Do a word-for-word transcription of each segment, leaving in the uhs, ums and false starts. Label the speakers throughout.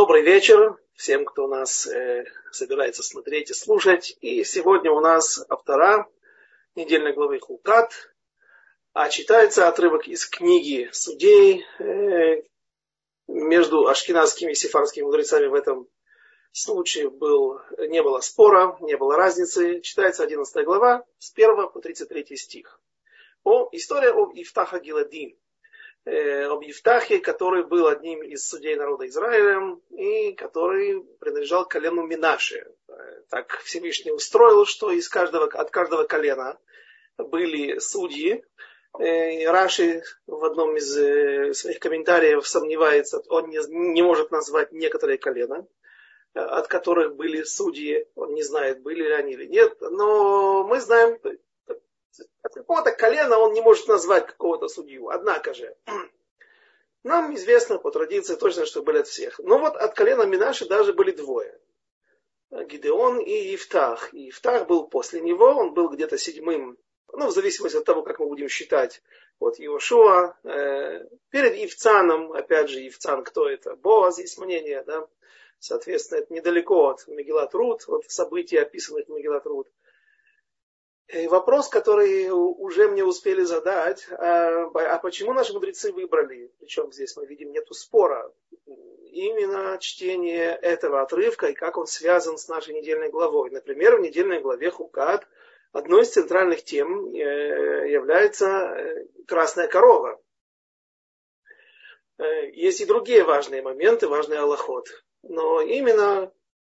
Speaker 1: Добрый вечер всем, кто нас э, собирается смотреть и слушать. И сегодня у нас автора недельной главы Хукат, а читается отрывок из книги Судей. Э, между ашкеназскими и сефардскими мудрецами в этом случае был, не было спора, не было разницы. Читается одиннадцатая глава с первого по тридцать третий стих. О, история об Ифтах ха-Гиладим. Об Ифтахе, который был одним из судей народа Израиля и который принадлежал к колену Минаше. Так Всевышний устроил, что из каждого, от каждого колена были судьи. И Раши в одном из своих комментариев сомневается, он не, не может назвать некоторые колена, от которых были судьи. Он не знает, были ли они или нет. Но мы знаем, от какого-то колена он не может назвать какого-то судью. Однако же, нам известно по традиции точно, что были от всех. Но вот от колена Минаши даже были двое. Гидеон и Ифтах. И Ифтах был после него, он был где-то седьмым, ну, в зависимости от того, как мы будем считать. Вот Иошуа. Э, перед Ивцаном, опять же, Ивцан, кто это? Боаз, есть мнение, да? Соответственно, это недалеко от Мегилат Рут, от событий, описанных в Мегилат Рут. И вопрос, который уже мне успели задать, а, а почему наши мудрецы выбрали, причем здесь мы видим нету спора, именно чтение этого отрывка и как он связан с нашей недельной главой. Например, в недельной главе Хукат одной из центральных тем является красная корова. Есть и другие важные моменты, важный алахот, но именно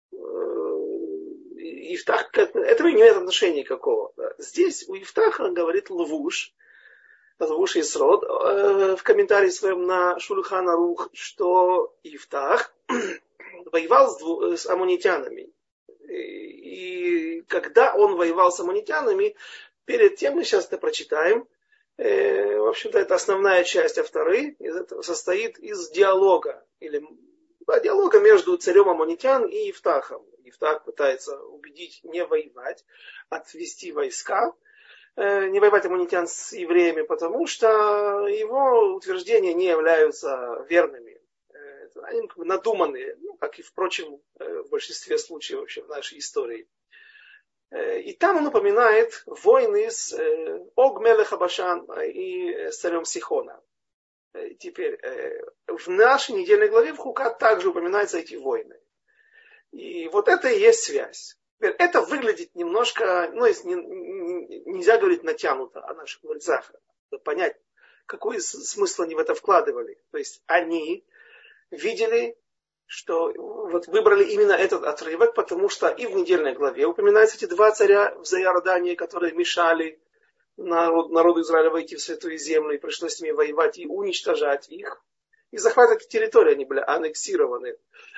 Speaker 1: Ифтах, этого не имеет отношения никакого. Здесь у Ифтаха говорит Лвуш, Лвуш Исрод, в комментарии своем на Шульхан Арух, что Ифтах воевал с, дву, с аммонитянами. И, и когда он воевал с аммонитянами, перед тем мы сейчас это прочитаем, э, в общем-то, это основная часть авторы, из этого состоит из диалога, или да, диалога между царем аммонитян и Ифтахом. Ифтах пытается убедить не воевать, отвести войска, э, не воевать аммонитян с евреями, потому что его утверждения не являются верными. Э, они как бы надуманные, ну, как и, впрочем, э, в большинстве случаев вообще в нашей истории. Э, и там он упоминает войны с э, Ог мелех ха-Башан и э, с царем Сихона. Э, теперь, э, в нашей недельной главе в Хукат также упоминаются эти войны. И вот это и есть связь. Это выглядит немножко, ну, если не, не, нельзя говорить натянуто о наших мудрецах, понять, какой смысл они в это вкладывали. То есть они видели, что вот выбрали именно этот отрывок, потому что и в недельной главе упоминаются эти два царя в Иордании, которые мешали народ, народу Израиля войти в Святую Землю, и пришлось с ними воевать и уничтожать их. И захватывать территории, они были аннексированы.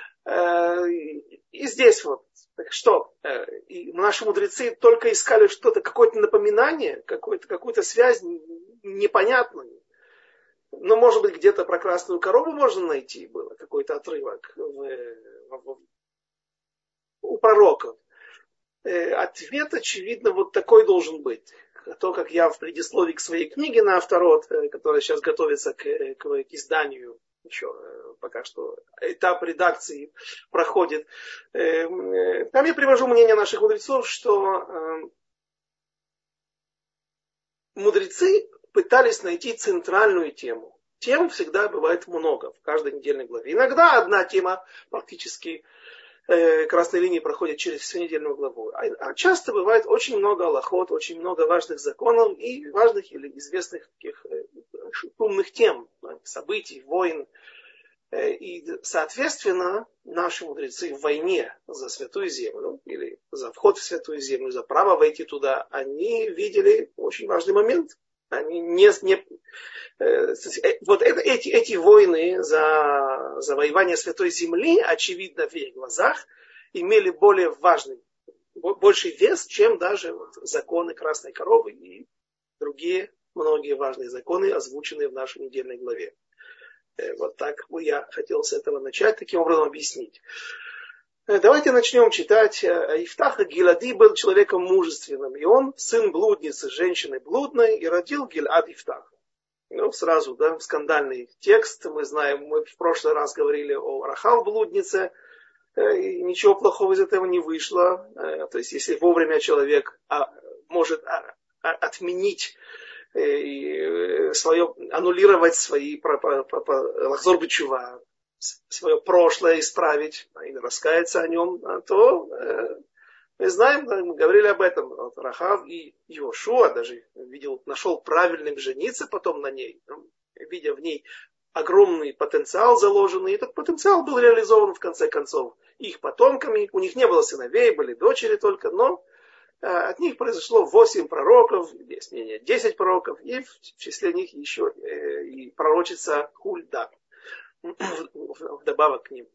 Speaker 1: И здесь вот, так что, и наши мудрецы только искали что-то, какое-то напоминание, какое-то, какую-то связь непонятную. Но, может быть, где-то про красную корову можно найти было, какой-то отрывок в, в, у пророков. Ответ, очевидно, вот такой должен быть. То, как я в предисловии к своей книге на Авторот, которая сейчас готовится к, к, к изданию, еще пока что этап редакции проходит. Там я привожу мнение наших мудрецов, что мудрецы пытались найти центральную тему. Тем всегда бывает много в каждой недельной главе. Иногда одна тема практически красной линии проходит через всю недельную главу. А часто бывает очень много алахот, очень много важных законов и важных или известных таких шумных тем, событий, войн. И, соответственно, наши мудрецы в войне за Святую Землю или за вход в Святую Землю, за право войти туда, они видели очень важный момент. Они не, не, э, вот это, эти, эти войны за завоевание Святой Земли, очевидно, в их глазах, имели более важный, больший вес, чем даже вот законы Красной Коровы и другие многие важные законы, озвученные в нашей недельной главе. Э, вот так бы я хотел с этого начать, таким образом объяснить. Давайте начнем читать. Ифтах ха-Гилади был человеком мужественным, и он сын блудницы, женщины блудной, и родил Гильад Ифтах. Ну, сразу, да, скандальный текст. Мы знаем, мы в прошлый раз говорили о Рахав блуднице, и ничего плохого из этого не вышло. То есть, если вовремя человек может отменить и свое, аннулировать свои лахзор бечува, свое прошлое исправить и раскаяться о нем, то мы знаем, мы говорили об этом, вот Рахав и Йошуа даже видел, нашел правильным жениться потом на ней, видя в ней огромный потенциал заложенный, и этот потенциал был реализован в конце концов их потомками, у них не было сыновей, были дочери только, но от них произошло восемь пророков, есть мнение десять пророков, и в числе них еще и пророчица Хульда, вдобавок к ним.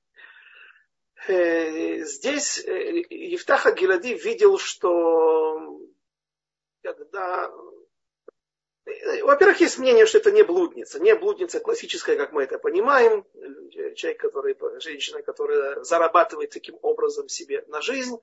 Speaker 1: Здесь Ифтах ха-Гилади видел, что когда... Во-первых, есть мнение, что это не блудница. Не блудница классическая, как мы это понимаем. Человек, который, женщина, которая зарабатывает таким образом себе на жизнь.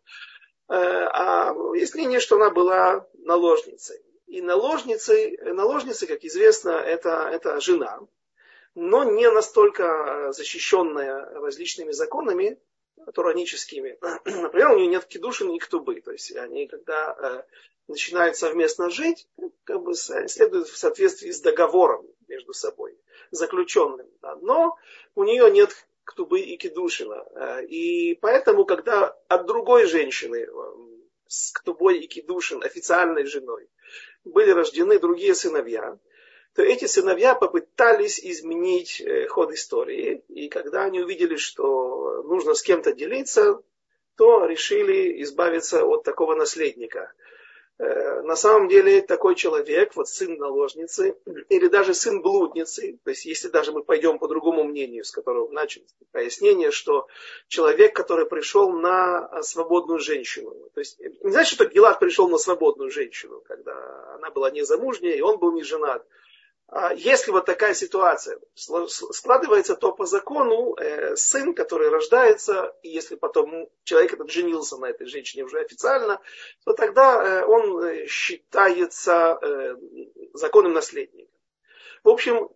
Speaker 1: А есть мнение, что она была наложницей. И наложницей, наложницей, как известно, это, это жена. Но не настолько защищенная различными законами, тураническими. Например, у нее нет кидушин и ктубы. То есть они, когда э, начинают совместно жить, как бы следуют в соответствии с договором между собой, заключенным. Да. Но у нее нет ктубы и кидушина. Э, и поэтому, когда от другой женщины э, с ктубой и кидушин, официальной женой, были рождены другие сыновья, то эти сыновья попытались изменить ход истории. И когда они увидели, что нужно с кем-то делиться, то решили избавиться от такого наследника. На самом деле такой человек, вот сын наложницы, или даже сын блудницы, то есть если даже мы пойдем по другому мнению, с которого начали пояснение, что человек, который пришел на свободную женщину, то есть не значит, что Гилад пришел на свободную женщину, когда она была незамужняя и он был не женат. Если вот такая ситуация складывается, то по закону э, сын, который рождается, и если потом человек этот женился на этой женщине уже официально, то тогда э, он считается э, законным наследником. В общем,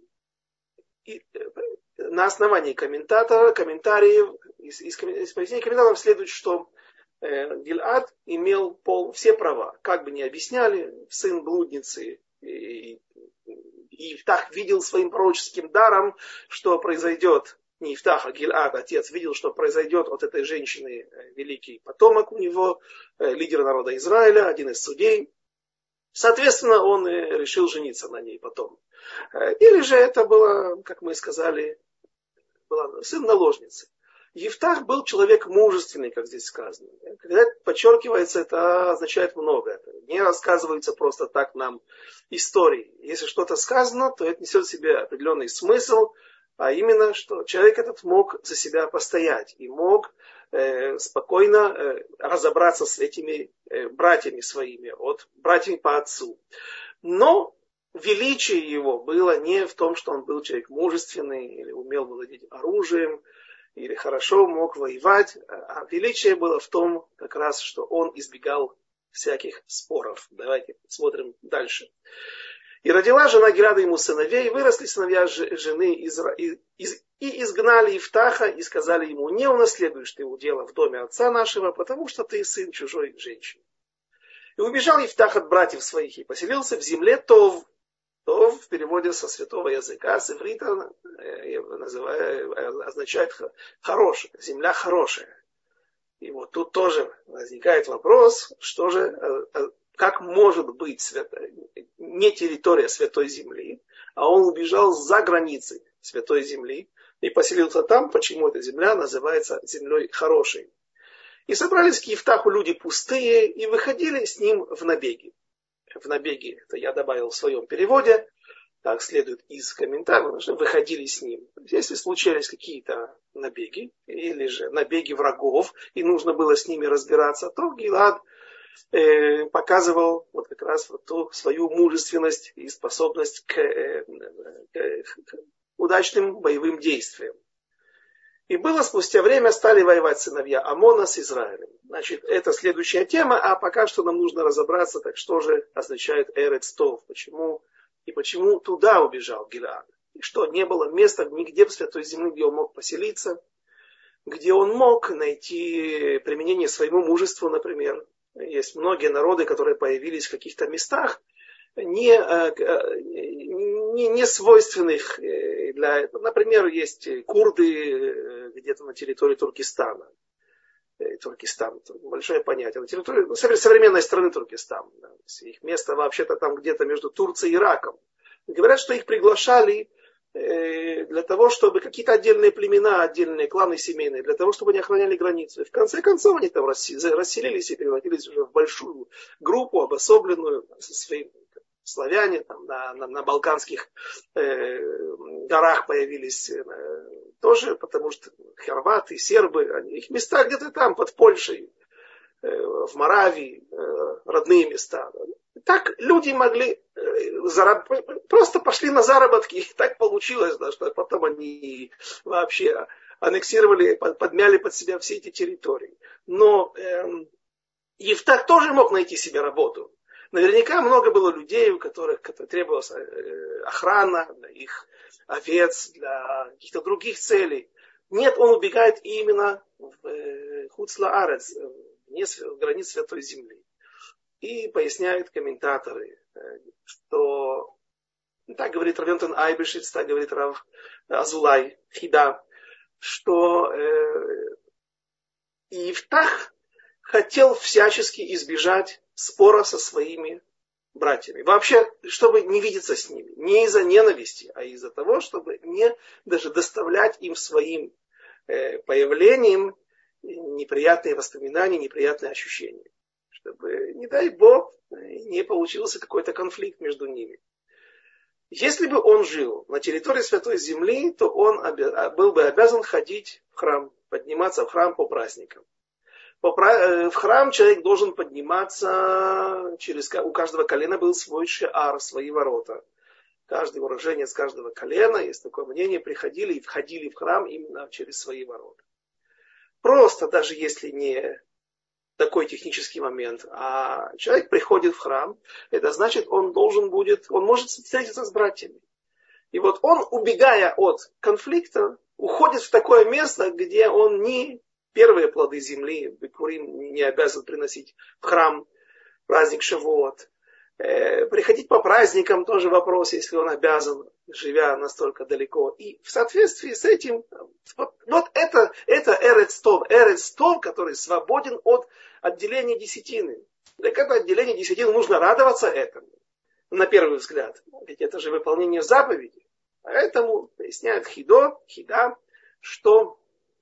Speaker 1: и, э, на основании комментатора, комментариев, из, из, из пояснений комментаторов следует, что э, Гилад имел пол, все права, как бы ни объясняли, сын блудницы, и, и Ифтах видел своим пророческим даром, что произойдет, не Ифтах, а Гилад, отец, видел, что произойдет от этой женщины великий потомок у него, лидер народа Израиля, один из судей. Соответственно, он решил жениться на ней потом. Или же это было, как мы сказали, был сын наложницы. Ифтах был человек мужественный, как здесь сказано. Когда это подчеркивается, это означает много. Это не рассказывается просто так нам истории. Если что-то сказано, то это несет в себе определенный смысл, а именно, что человек этот мог за себя постоять и мог э, спокойно э, разобраться с этими э, братьями своими, от братьями по отцу. Но величие его было не в том, что он был человек мужественный или умел владеть оружием, или хорошо мог воевать, а величие было в том, как раз, что он избегал всяких споров. Давайте смотрим дальше. И родила жена Гилада ему сыновей, выросли сыновья жены Изра... и изгнали Ифтаха, и сказали ему: не унаследуешь ты удела в доме отца нашего, потому что ты сын чужой женщины. И убежал Ифтах от братьев своих и поселился в земле Тов. Тов в переводе со святого языка, с иврита, означает хорошая, земля хорошая. И вот тут тоже возникает вопрос, что же, как может быть свято, не территория святой земли, а он убежал за границы святой земли и поселился там, почему эта земля называется землей хорошей. И собрались к Ифтаху люди пустые и выходили с ним в набеги. В набеги, это я добавил в своем переводе, так следует из комментариев, что выходили с ним. Если случались какие-то набеги, или же набеги врагов, и нужно было с ними разбираться, то Гилад э, показывал вот как раз вот ту свою мужественность и способность к, э, к, к удачным боевым действиям. И было спустя время, стали воевать сыновья Амона с Израилем. Значит, это следующая тема, а пока что нам нужно разобраться, так что же означает Эрец Тов, почему И почему туда убежал Гилаад? И что, не было места нигде в Святой Земле, где он мог поселиться, где он мог найти применение своему мужеству, например. Есть многие народы, которые появились в каких-то местах, не, не, не свойственных для... Например, есть курды где-то на территории Туркестана. Туркестан, большое понятие. На территории ну, современной страны Туркестан. Да. Их место вообще-то там где-то между Турцией и Ираком. Говорят, что их приглашали э, для того, чтобы какие-то отдельные племена, отдельные кланы семейные, для того, чтобы они охраняли границу. И в конце концов они там расселились и превратились уже в большую группу, обособленную со своими славяне, там, на, на, на Балканских э, горах появились э, тоже, потому что хорваты, сербы, они, их места где-то там, под Польшей, э, в Моравии, э, родные места. Так люди могли э, зараб... просто пошли на заработки, и так получилось, да, что потом они вообще аннексировали, подмяли под себя все эти территории. Но э, Ифтах тоже мог найти себе работу. Наверняка много было людей, у которых требовалась охрана для их овец, для каких-то других целей. Нет, он убегает именно в Хуцла-Арец, вне границ Святой Земли. И поясняют комментаторы, что так говорит Рав Йонатан Айбешиц, так говорит Рав Азулай Хида, что Ифтах хотел всячески избежать спора со своими братьями. Вообще, чтобы не видеться с ними. Не из-за ненависти, а из-за того, чтобы не даже доставлять им своим э, появлением неприятные воспоминания, неприятные ощущения. Чтобы, не дай Бог, не получился какой-то конфликт между ними. Если бы он жил на территории Святой Земли, то он был бы обязан ходить в храм, подниматься в храм по праздникам. В храм человек должен подниматься, через, у каждого колена был свой шеар, свои ворота. Каждый уроженец каждого колена, есть такое мнение, приходили и входили в храм именно через свои ворота. Просто, даже если не такой технический момент, а человек приходит в храм, это значит, он должен будет, он может встретиться с братьями. И вот он, убегая от конфликта, уходит в такое место, где он не первые плоды земли, бикурим, не обязан приносить в храм, праздник Шавуот. Э, приходить по праздникам тоже вопрос, если он обязан, живя настолько далеко. И в соответствии с этим, вот, вот это, это Эрец Тов, Эрец Тов, который свободен от отделения десятины. Так это отделение десятины, нужно радоваться этому, на первый взгляд. Ведь это же выполнение заповеди. Поэтому поясняет Хидо, Хида, что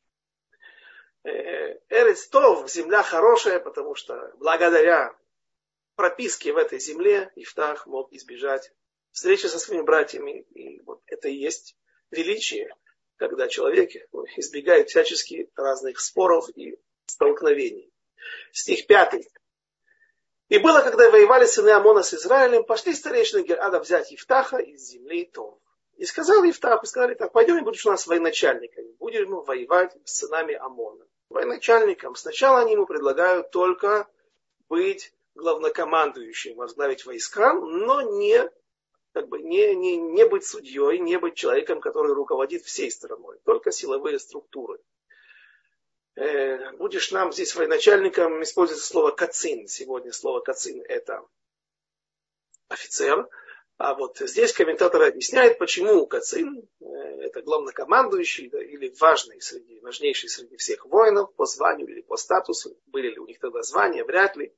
Speaker 1: Эрец Тов, земля хорошая, потому что благодаря прописке в этой земле Ифтах мог избежать встречи со своими братьями. И вот это и есть величие, когда человек избегает всячески разных споров и столкновений. Стих пятый. И было, когда воевали сыны Амона с Израилем, пошли старейшины Гилада взять Ифтаха из земли Тов. И сказал Ифтах, и сказали так, пойдем и будешь у нас военачальниками, будем воевать с сынами Амона. Военачальником. Сначала они ему предлагают только быть главнокомандующим, возглавить войска, но не, как бы, не, не, не быть судьей, не быть человеком, который руководит всей страной, только силовые структуры. Э, будешь нам здесь военачальником, используется слово кацин. Сегодня слово кацин это офицер. А вот здесь комментатор объясняет, почему кацин, это главнокомандующий, да, или важный среди, важнейший среди всех воинов по званию или по статусу, были ли у них тогда звания, вряд ли,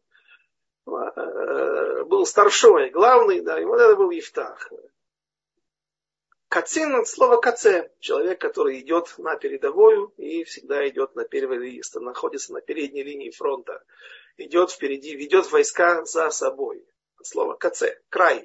Speaker 1: был старшой, главный, да, и вот это был Ифтах. Кацин от слова каце, человек, который идет на передовую и всегда идет на первой линии, находится на передней линии фронта, идет впереди, ведет войска за собой. От слова каце, край.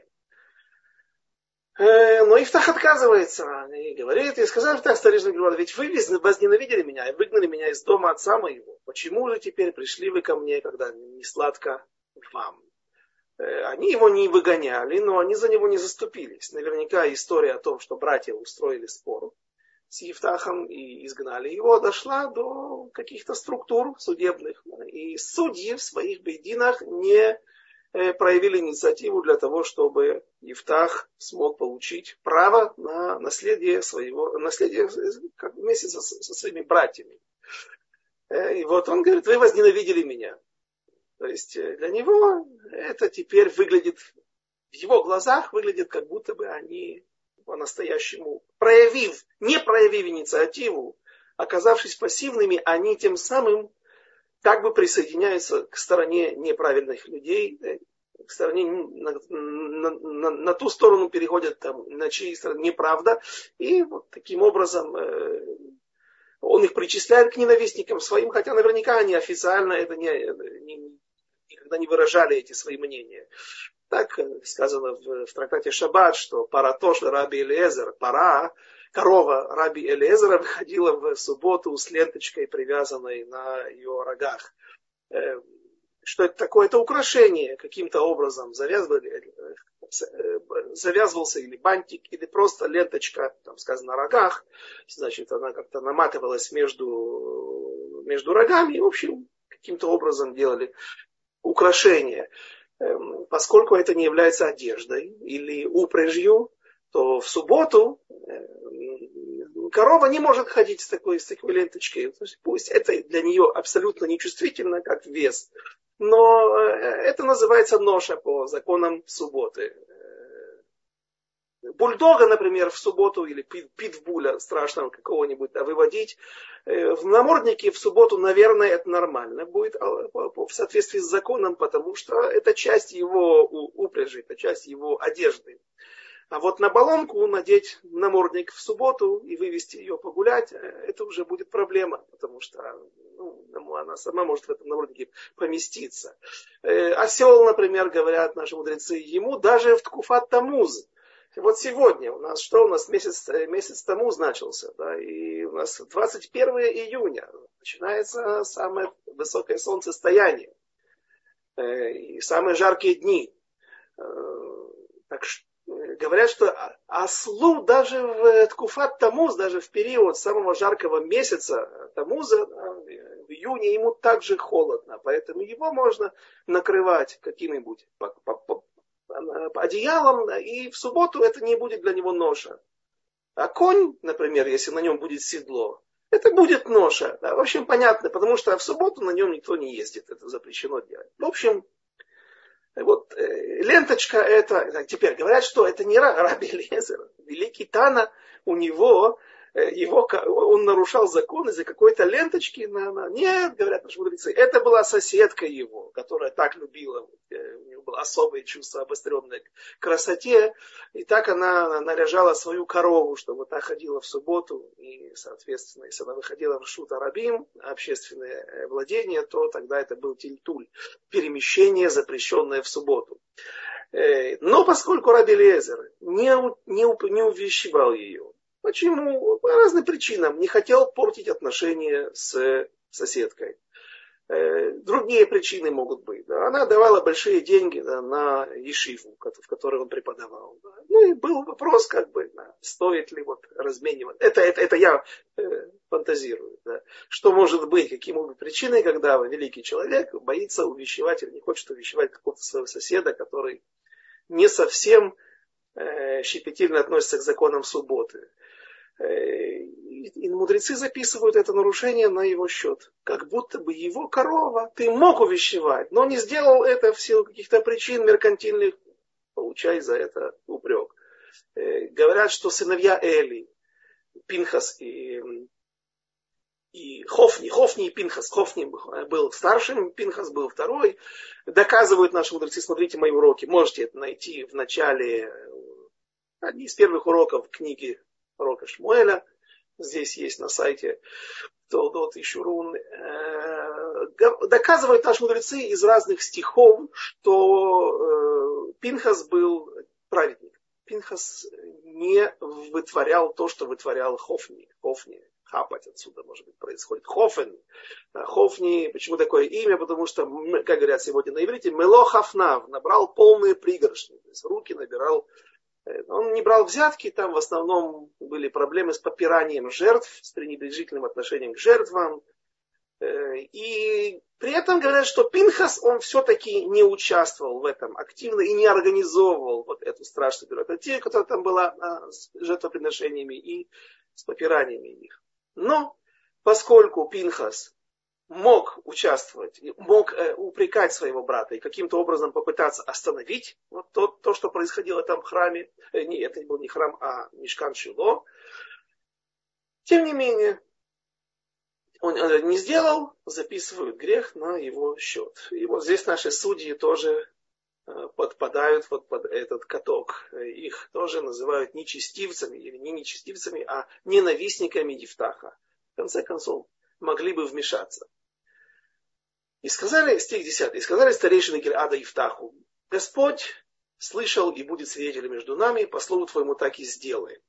Speaker 1: Но Ифтах отказывается и говорит, и сказал Ифтах старейшинам Гилада, ведь вы возненавидели меня и выгнали меня из дома отца моего. Почему же теперь пришли вы ко мне, когда не сладко вам? Они его не выгоняли, но они за него не заступились. Наверняка история о том, что братья устроили спор с Ифтахом и изгнали его, дошла до каких-то структур судебных. И судьи в своих бейдинах не проявили инициативу для того, чтобы Ифтах смог получить право на наследие своего, наследие как вместе со, со своими братьями. И вот он говорит, вы возненавидели меня. То есть для него это теперь выглядит, в его глазах выглядит, как будто бы они по-настоящему, проявив, не проявив инициативу, оказавшись пассивными, они тем самым как бы присоединяются к стороне неправильных людей, к стороне, на, на, на, на ту сторону переходят, там, на чьей стороне неправда, и вот таким образом э, он их причисляет к ненавистникам своим, хотя наверняка они официально это не, не, никогда не выражали эти свои мнения. Так сказано в, в трактате Шаббат, что паратош раби Элиэзер, пара, корова раби Элиэзера выходила в субботу с ленточкой, привязанной на ее рогах. Что это такое? Это украшение каким-то образом завязывали, завязывался или бантик, или просто ленточка, там сказано, на рогах. Значит, она как-то наматывалась между, между рогами. И, в общем, каким-то образом делали украшение. Поскольку это не является одеждой или упряжью, то в субботу корова не может ходить с такой, с такой ленточкой. То есть пусть это для нее абсолютно нечувствительно, как вес, но это называется ноша по законам субботы. Бульдога, например, в субботу, или питбуля страшного какого-нибудь, да, выводить в наморднике в субботу, наверное, это нормально будет в соответствии с законом, потому что это часть его упряжи, это часть его одежды. А вот на баллонку надеть намордник в субботу и вывести ее погулять, это уже будет проблема, потому что ну, она сама может в этом наморднике поместиться. Осел, например, говорят наши мудрецы, ему даже в ткуфат тамуз. Вот сегодня у нас что? У нас месяц, месяц тамуз начался, да, и у нас двадцать первого июня начинается самое высокое солнцестояние и самые жаркие дни. Так что говорят, что ослу даже в ткуфат тамуз, даже в период самого жаркого месяца тамуза, в июне ему также холодно, поэтому его можно накрывать каким-нибудь одеялом, и в субботу это не будет для него ноша. А конь, например, если на нем будет седло, это будет ноша. Да, в общем, понятно, потому что в субботу на нем никто не ездит, это запрещено делать. В общем, вот э, ленточка это, теперь говорят, что это не раби Элиэзер, великий Тана, у него, э, его, он нарушал закон из-за какой-то ленточки. На, на... Нет, говорят наши мудрецы, это была соседка его, которая так любила, э, у нее было особое чувство обостренное к красоте, и так она наряжала свою корову, чтобы та ходила в субботу, и, соответственно, если она выходила в ршут арабим, общественное владение, то тогда это был тильтуль, перемещение, запрещенное в субботу. Но поскольку раби Элиэзер не, не, не увещевал ее, почему? По разным причинам. Не хотел портить отношения с соседкой. Другие причины могут быть. Да. Она давала большие деньги, да, на ешиву, в которой он преподавал. Да. Ну и был вопрос, как бы, да, стоит ли вот разменивать. Это, это, это я э, фантазирую. Да. Что может быть, какие могут быть причины, когда великий человек боится увещевать или не хочет увещевать какого-то своего соседа, который не совсем э, щепетильно относится к законам субботы. И мудрецы записывают это нарушение на его счет. Как будто бы его корова ты мог увещевать, но не сделал это в силу каких-то причин меркантильных, получай за это упрек. Говорят, что сыновья Эли, Пинхас и, и Хофни, Хофни и Пинхас, Хофни был старшим, Пинхас был второй, доказывают наши мудрецы, смотрите мои уроки, можете это найти в начале, одни из первых уроков книги урока Шмуэля, здесь есть на сайте Толдот и Шурун, доказывают наши мудрецы из разных стихов, что Пинхас был праведник. Пинхас не вытворял то, что вытворял Хофни. Хофни, хапать отсюда, может быть, происходит. Хофен. Хофни, почему такое имя? Потому что, как говорят сегодня на иврите, мело хафнав, набрал полные пригоршни, то есть руки набирал. Он не брал взятки, там в основном были проблемы с попиранием жертв, с пренебрежительным отношением к жертвам. И при этом говорят, что Пинхас, он все-таки не участвовал в этом активно и не организовывал вот эту страшную бюрократию, которая там была с жертвоприношениями и с попираниями их. Но поскольку Пинхас мог участвовать, мог э, упрекать своего брата и каким-то образом попытаться остановить вот то, то, что происходило там в храме, э, не, это был не храм, а Мишкан Шило, тем не менее, он не сделал, записывают грех на его счет. И вот здесь наши судьи тоже подпадают вот под этот каток. Их тоже называют нечестивцами, или не нечестивцами, а ненавистниками Ифтаха. В конце концов, могли бы вмешаться. И сказали, стих десятый, и сказали старейшины Гильада Ифтаху: Господь слышал и будет свидетелем между нами, по слову твоему так и сделаем.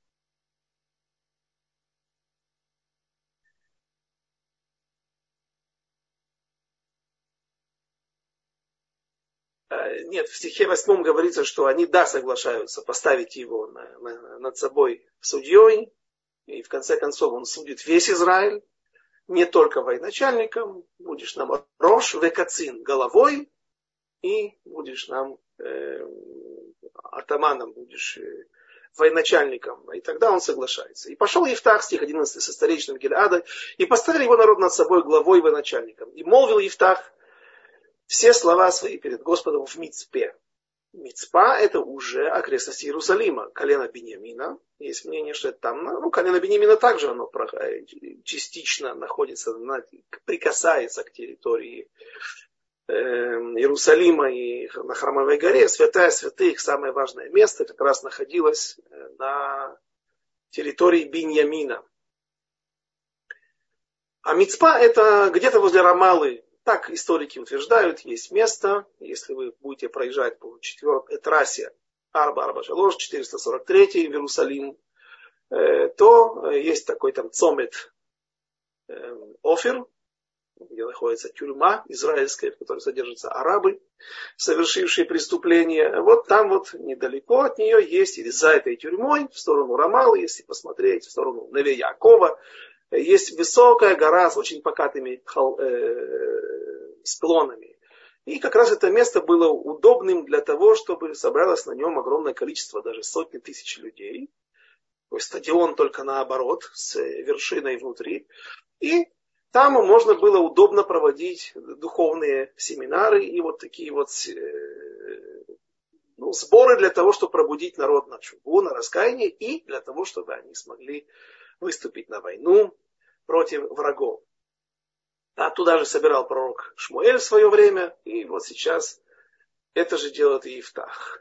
Speaker 1: Нет, в стихе восьмом говорится, что они, да, соглашаются поставить его на, на, над собой судьей, и в конце концов он судит весь Израиль, не только военачальником, будешь нам рош векацин, головой, и будешь нам э, атаманом, будешь э, военачальником. И тогда он соглашается. И пошел Ифтах, стих одиннадцатый, со старейшином Гильада, и поставили его народ над собой главой и военачальником. И молвил Ифтах все слова свои перед Господом в Мицпе. Мицпа — это уже окрестности Иерусалима, колено Биньямина. Есть мнение, что это там, ну, колено Биньямина также оно частично находится, прикасается к территории э, Иерусалима и на Храмовой горе. Святая святых, самое важное место, как раз находилось на территории Биньямина. А Мицпа — это где-то возле Рамалы. Так историки утверждают, есть место, если вы будете проезжать по четвертой трассе Арба-Арба-Шалош, четыреста сорок три в Иерусалим, то есть такой там Цомет Офир, где находится тюрьма израильская, в которой содержатся арабы, совершившие преступления. Вот там вот недалеко от нее есть, или за этой тюрьмой, в сторону Рамалы, если посмотреть, в сторону Неве Якова, есть высокая гора с очень покатыми хол, э, склонами. И как раз это место было удобным для того, чтобы собралось на нем огромное количество, даже сотни тысяч людей. То есть стадион только наоборот, с вершиной внутри. И там можно было удобно проводить духовные семинары и вот такие вот э, ну, сборы для того, чтобы пробудить народ на чуву, на раскаяние, и для того, чтобы они смогли выступить на войну против врагов. А туда же собирал пророк Шмуэль в свое время, и вот сейчас это же делает и Ифтах.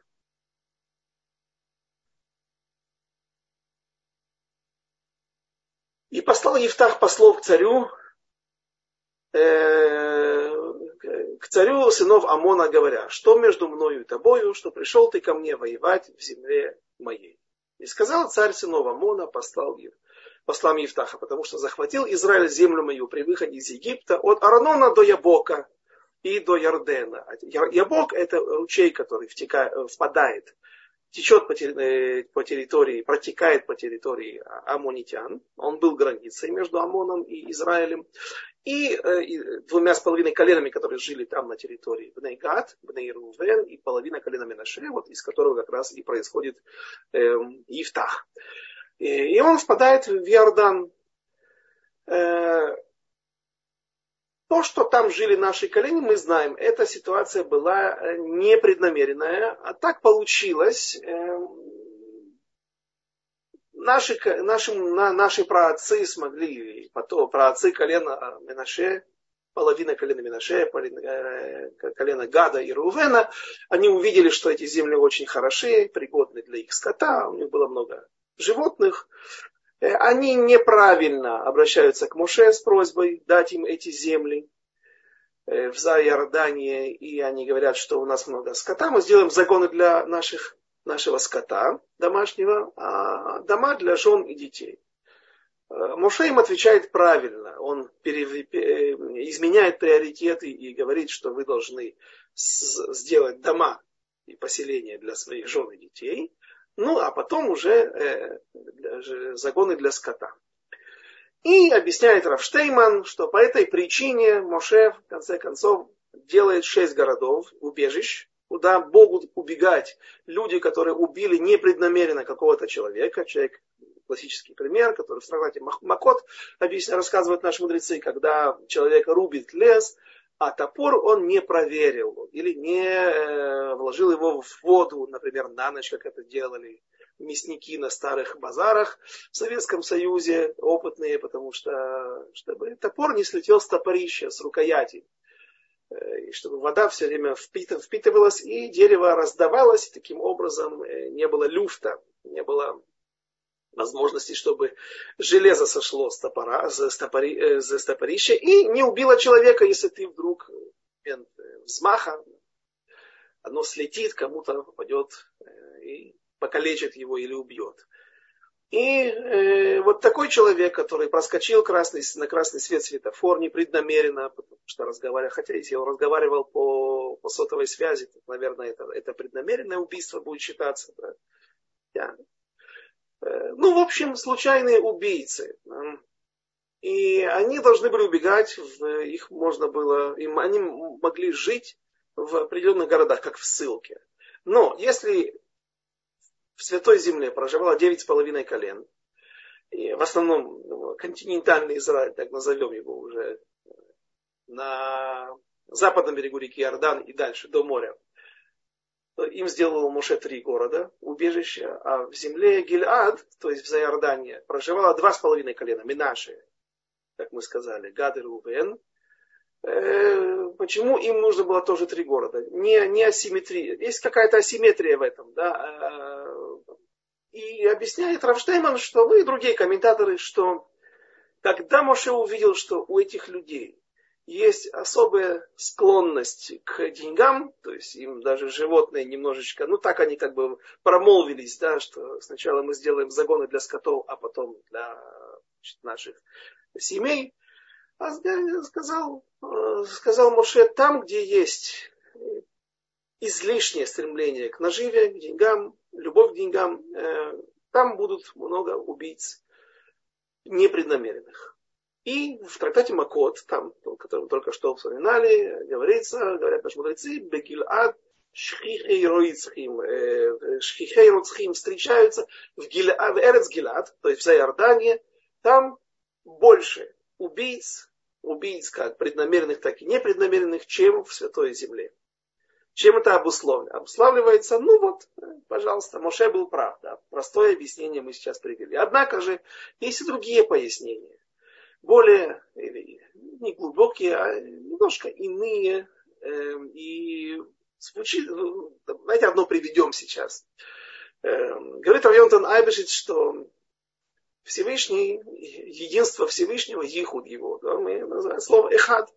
Speaker 1: И послал Ифтах послов к царю, э, к царю сынов Амона, говоря: что между мною и тобою, что пришел ты ко мне воевать в земле моей. И сказал царь сынов Амона, послал их. Послам Ифтаха, потому что захватил Израиль землю мою при выходе из Египта от Арнона до Ябока и до Ярдена. Ябок — это ручей, который втекает, впадает, течет по территории, протекает по территории аммонитян. Он был границей между Амоном и Израилем. И, и двумя с половиной коленами, которые жили там на территории Бней Гад, Бней Рувен и половина колена Менаше, вот из которого как раз и происходит э, Ифтах. И он впадает в Иордан. То, что там жили наши колени, мы знаем, эта ситуация была непреднамеренная, а так получилось. Наши, наши, наши праотцы смогли, потом праотцы колена Менаше, половина колена Менаше, колена Гада и Рувена, они увидели, что эти земли очень хороши, пригодны для их скота, у них было много животных. Они неправильно обращаются к Моше с просьбой дать им эти земли в Иордании, и они говорят, что у нас много скота, мы сделаем загоны для наших, нашего скота домашнего, а дома для жен и детей. Моше им отвечает правильно, он изменяет приоритеты и говорит, что вы должны сделать дома и поселения для своих жен и детей, ну, а потом уже э, загоны для скота. И объясняет Рав Штейман, что по этой причине Моше в конце концов делает шесть городов, убежищ, куда могут убегать люди, которые убили непреднамеренно какого-то человека. Человек, классический пример, который в трактате Макот объясняет, рассказывают наши мудрецы, когда человек рубит лес, а топор он не проверил или не э, вложил его в воду, например, на ночь, как это делали мясники на старых базарах в Советском Союзе, опытные, потому что чтобы топор не слетел с топорища, с рукояти, и чтобы вода все время впитывалась, и дерево раздавалось, и таким образом не было люфта, не было возможности, чтобы железо сошло с, топора, с, топори, с топорища и не убило человека, если ты вдруг взмаха, оно слетит, кому-то попадет и покалечит его или убьет. И э, вот такой человек, который проскочил красный, на красный свет светофор непреднамеренно, потому что разговаривал, хотя если он разговаривал по, по сотовой связи, то, наверное, это, это преднамеренное убийство будет считаться. Да? Я, э, ну, в общем, случайные убийцы. И они должны были убегать, в, их можно было, им, они могли жить в определенных городах, как в ссылке. Но если в Святой Земле проживало девять с половиной колен, и в основном континентальный Израиль, так назовем его уже, на западном берегу реки Иордан и дальше до моря, им сделал Моше три города, убежища, а в земле Гильад, то есть в Зайордане, проживало два с половиной колена, Минаши, как мы сказали, Гад и Рувен. Почему им нужно было тоже три города? Не, не асимметрия. Есть какая-то асимметрия в этом. Да? И объясняет Рав Штейман, что вы и другие комментаторы, что когда Моше увидел, что у этих людей есть особая склонность к деньгам, то есть им даже животные немножечко, ну так они как бы промолвились, да, что сначала мы сделаем загоны для скотов, а потом для значит, наших семей. А сказал, сказал Моше, там, где есть излишнее стремление к наживе, к деньгам, любовь к деньгам, там будут много убийц непреднамеренных. И в трактате Макот, там, который мы только что вспоминали, говорится, говорят наши мудрецы, Бегильад шхихей роицхим, шхихей роицхим встречаются в, Гиль, в Эрец Гилад, то есть в Зайордане, там больше убийц, убийц как преднамеренных, так и непреднамеренных, чем в Святой Земле. Чем это обусловлено? Обуславливается, ну вот, пожалуйста, Моше был прав. Да, простое объяснение мы сейчас привели. Однако же, есть и другие пояснения. Более, или не глубокие, а немножко иные. Э, и звучит, давайте одно приведем сейчас. Э, говорит Рав Йонатан Айбешич, что Всевышний, единство Всевышнего, Ихуд его, да, мы называем слово Эхад.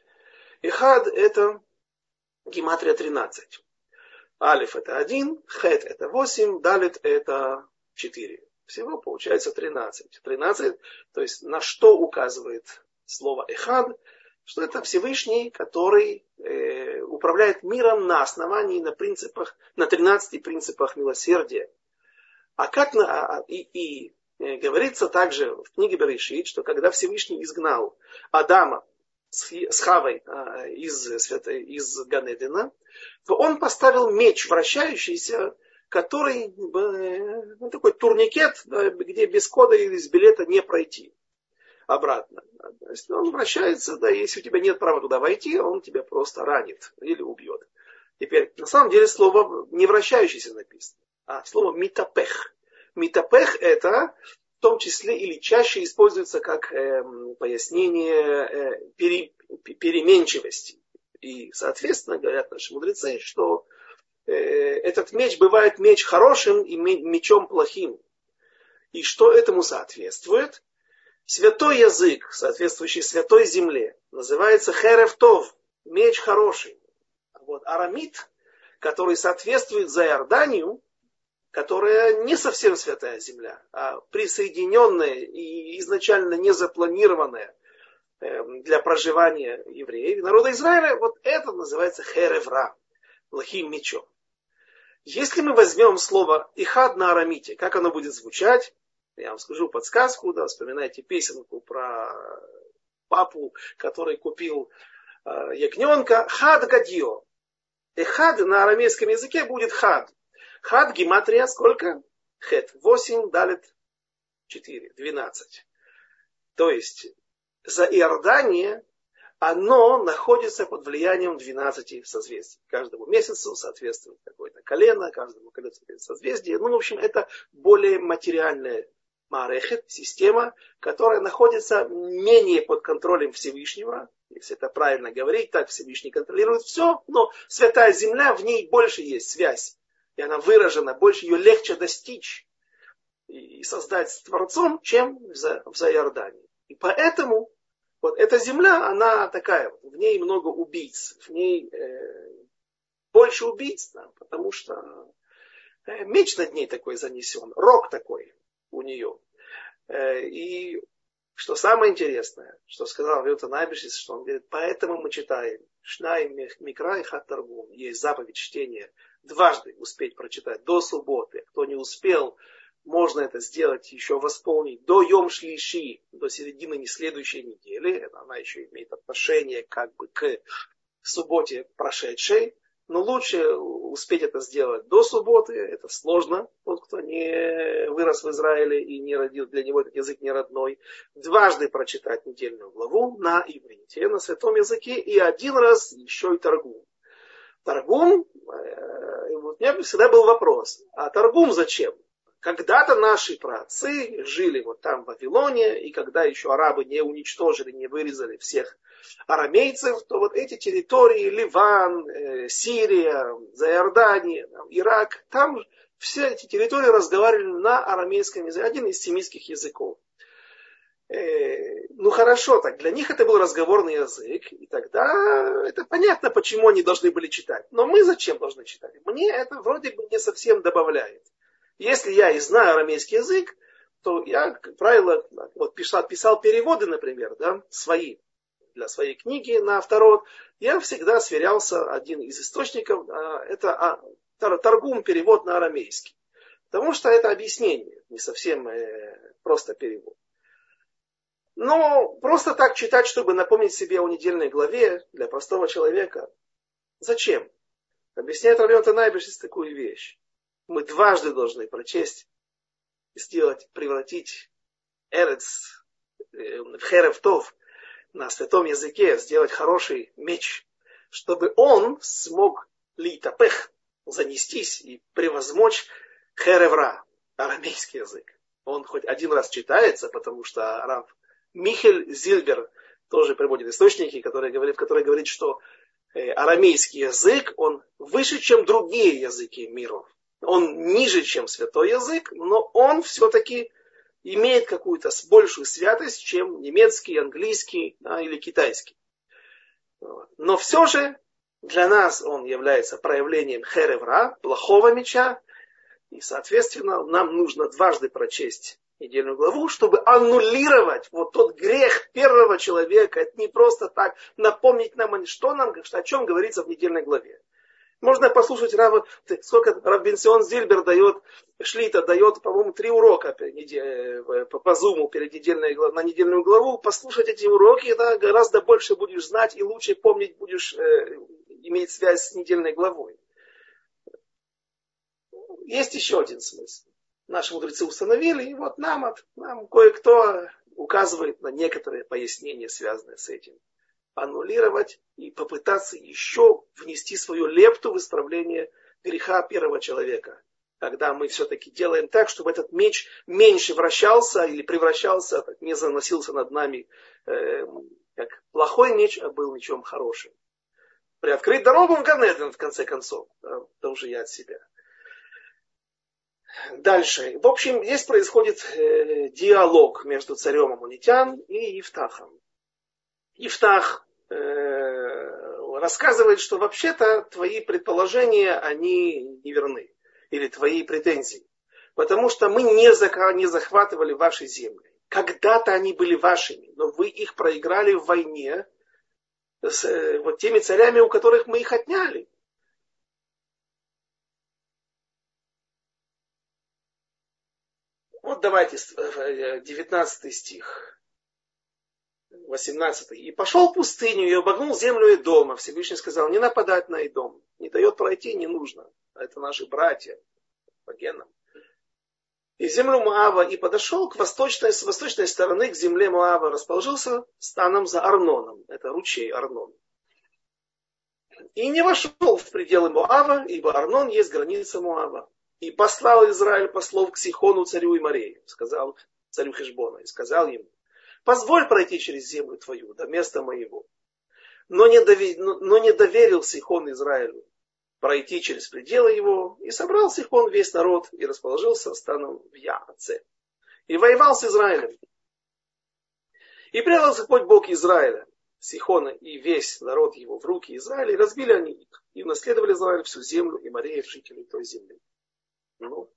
Speaker 1: Эхад это гематрия тринадцать. Алиф это один, Хет это восемь, Далит это четыре. Всего получается тринадцать. тринадцать, то есть на что указывает слово Эхад, что это Всевышний, который э, управляет миром на основании, на принципах, на тринадцати принципах милосердия. А как на, и, и говорится также в книге Берешит, что когда Всевышний изгнал Адама с Хавой из, из Ганедена, то он поставил меч вращающийся, который ну, такой турникет, где без кода или без билета не пройти обратно. То есть он вращается, да, если у тебя нет права туда войти, он тебя просто ранит или убьет. Теперь, на самом деле слово не вращающийся написано, а слово митапех. Митапех это в том числе или чаще используется как э, пояснение э, пере, переменчивости. И, соответственно, говорят наши мудрецы, что э, этот меч бывает меч хорошим и мечом плохим. И что этому соответствует? Святой язык, соответствующий святой земле, называется херев тов, меч хороший. Вот арамит, который соответствует Зайорданию, которая не совсем святая земля, а присоединенная и изначально не запланированная для проживания евреев, народа Израиля, вот это называется херевра, плохим мечом. Если мы возьмем слово ихад на арамите, как оно будет звучать? Я вам скажу подсказку, да, вспоминайте песенку про папу, который купил э, ягненка. Хад гадио. И хад на арамейском языке будет хад. Хад гематрия сколько? Хет. восемь, далит четыре, двенадцать. То есть за Иордания оно находится под влиянием двенадцати созвездий. Каждому месяцу соответствует какое-то колено, каждому колену соответствует созвездие. Ну, в общем, это более материальная марехет, система, которая находится менее под контролем Всевышнего. Если это правильно говорить, так Всевышний контролирует все, но Святая Земля, в ней больше есть связь. И она выражена, больше ее легче достичь и создать с Творцом, чем в Иордании. И поэтому вот эта земля, она такая, в ней много убийц, в ней э, больше убийц, да, потому что э, меч над ней такой занесен, рог такой у нее. Э, и что самое интересное, что сказал Равьота Найбешис, что он говорит, поэтому мы читаем Шнай Микра и Хат Таргум, есть заповедь чтения, дважды успеть прочитать до субботы. Кто не успел, можно это сделать, еще восполнить до Йом Шлиши, до середины следующей недели. Она еще имеет отношение как бы к субботе прошедшей. Но лучше успеть это сделать до субботы. Это сложно. Тот, кто не вырос в Израиле и не родил, для него этот язык не родной. Дважды прочитать недельную главу на иврите, на святом языке. И один раз еще и Таргум. Таргум, э, вот у меня всегда был вопрос. А Таргум зачем? Когда-то наши праотцы жили вот там в Вавилоне, и когда еще арабы не уничтожили, не вырезали всех арамейцев, то вот эти территории, Ливан, э, Сирия, Иордания, Ирак, там все эти территории разговаривали на арамейском языке, один из семитских языков. Э, ну хорошо, так для них это был разговорный язык, и тогда это понятно, почему они должны были читать. Но мы зачем должны читать? Мне это вроде бы не совсем добавляет. Если я и знаю арамейский язык, то я, как правило, вот писал, писал переводы, например, да, свои, для своей книги на авторот. Я всегда сверялся, один из источников, это Таргум, перевод на арамейский. Потому что это объяснение, не совсем просто перевод. Но просто так читать, чтобы напомнить себе о недельной главе для простого человека, зачем? Объясняет Равьота Найбешис такую вещь. Мы дважды должны прочесть, сделать, превратить эрец в херев тов на святом языке, сделать хороший меч, чтобы он смог литапех, занестись и превозмочь херевра, арамейский язык. Он хоть один раз читается, потому что рав Михель Зильбер тоже приводит источники, которые говорят, в которых говорит, что арамейский язык, он выше, чем другие языки миров. Он ниже, чем святой язык, но он все-таки имеет какую-то большую святость, чем немецкий, английский, да, или китайский. Но все же для нас он является проявлением херевра, плохого меча, и, соответственно, нам нужно дважды прочесть недельную главу, чтобы аннулировать вот тот грех первого человека. Это не просто так напомнить нам, что нам, о чем говорится в недельной главе. Можно послушать, Рав, сколько Рав Бенцион Зильбер дает, Шлита дает, по-моему, три урока по, по зуму перед недельной, на недельную главу. Послушать эти уроки, да, гораздо больше будешь знать и лучше помнить будешь, э, иметь связь с недельной главой. Есть еще один смысл. Наши мудрецы установили, и вот нам, нам кое-кто указывает на некоторые пояснения, связанные с этим. Аннулировать и попытаться еще внести свою лепту в исправление греха первого человека. Когда мы все-таки делаем так, чтобы этот меч меньше вращался или превращался, не заносился над нами, э, как плохой меч, а был мечом хорошим. Приоткрыть дорогу в Ганеден, в конце концов. Да, это уже я от себя. Дальше. В общем, здесь происходит э, диалог между царем Аммонитян и Ифтахом. Ифтах э, рассказывает, что вообще-то твои предположения, они неверны. Или твои претензии. Потому что мы не, за, не захватывали ваши земли. Когда-то они были вашими, но вы их проиграли в войне с э, вот теми царями, у которых мы их отняли. Вот давайте девятнадцатый стих, восемнадцатый. «И пошел в пустыню, и обогнул землю Эдома». Всевышний сказал, не нападать на Эдом. Не дает пройти, не нужно. Это наши братья по генам. «И землю Моава, и подошел к восточной, с восточной стороны к земле Моава, расположился станом за Арноном». Это ручей Арнон. «И не вошел в пределы Моава, ибо Арнон есть граница Моава. И послал Израиль послов к Сихону, царю и Морею», сказал царю Хешбона, и сказал ему, «Позволь пройти через землю твою, до места моего». Но не, довер... но не доверил Сихон Израилю пройти через пределы его, и собрал Сихон весь народ, и расположился станом в Яаце. И воевал с Израилем. И предал Господь Бог Израиля, Сихона и весь народ его в руки Израиля, и разбили они их, и унаследовали Израиль всю землю и Мореев, жителей той земли. Ну.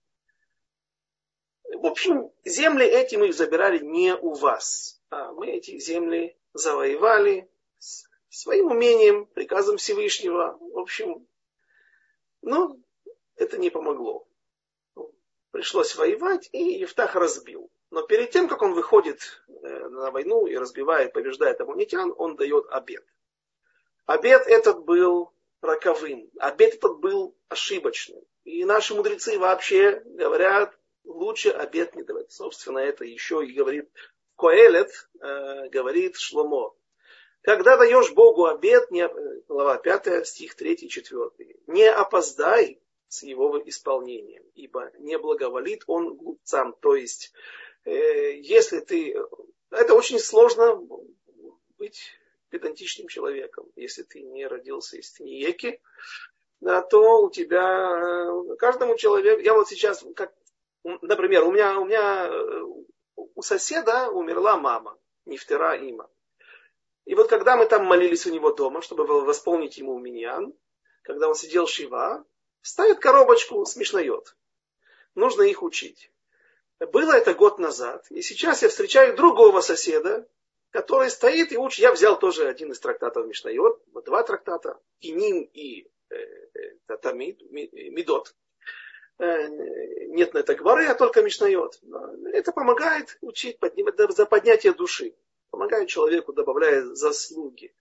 Speaker 1: В общем, земли эти мы забирали не у вас, а мы эти земли завоевали своим умением, приказом Всевышнего. В общем, ну, это не помогло. Пришлось воевать, и Ефтах разбил. Но перед тем, как он выходит на войну и разбивает, побеждает аммонитян, он дает обет. Обет этот был роковым. Обет этот был ошибочным. И наши мудрецы вообще говорят, лучше обет не давать. Собственно, это еще и говорит Коэлет, э, говорит Шломо. Когда даешь Богу обет, не, глава пятая, стих третий и четвёртый, не опоздай с его исполнением, ибо не благоволит он глупцам. То есть, э, если ты... Это очень сложно быть педантичным человеком, если ты не родился из Тниеки, да, то у тебя, каждому человеку, я вот сейчас, как, например, у меня, у меня у соседа умерла мама, нефтера има. И вот когда мы там молились у него дома, чтобы восполнить ему миньян, когда он сидел шива, ставит коробочку с мишнайот. Нужно их учить. Было это год назад, и сейчас я встречаю другого соседа, который стоит и учит. Я взял тоже один из трактатов Мишнайот, два трактата, Киним и Тамид, Мидот. Нет на это гвары, а только Мишнайот. Это помогает учить за поднятие души. Помогает человеку, добавляя заслуги.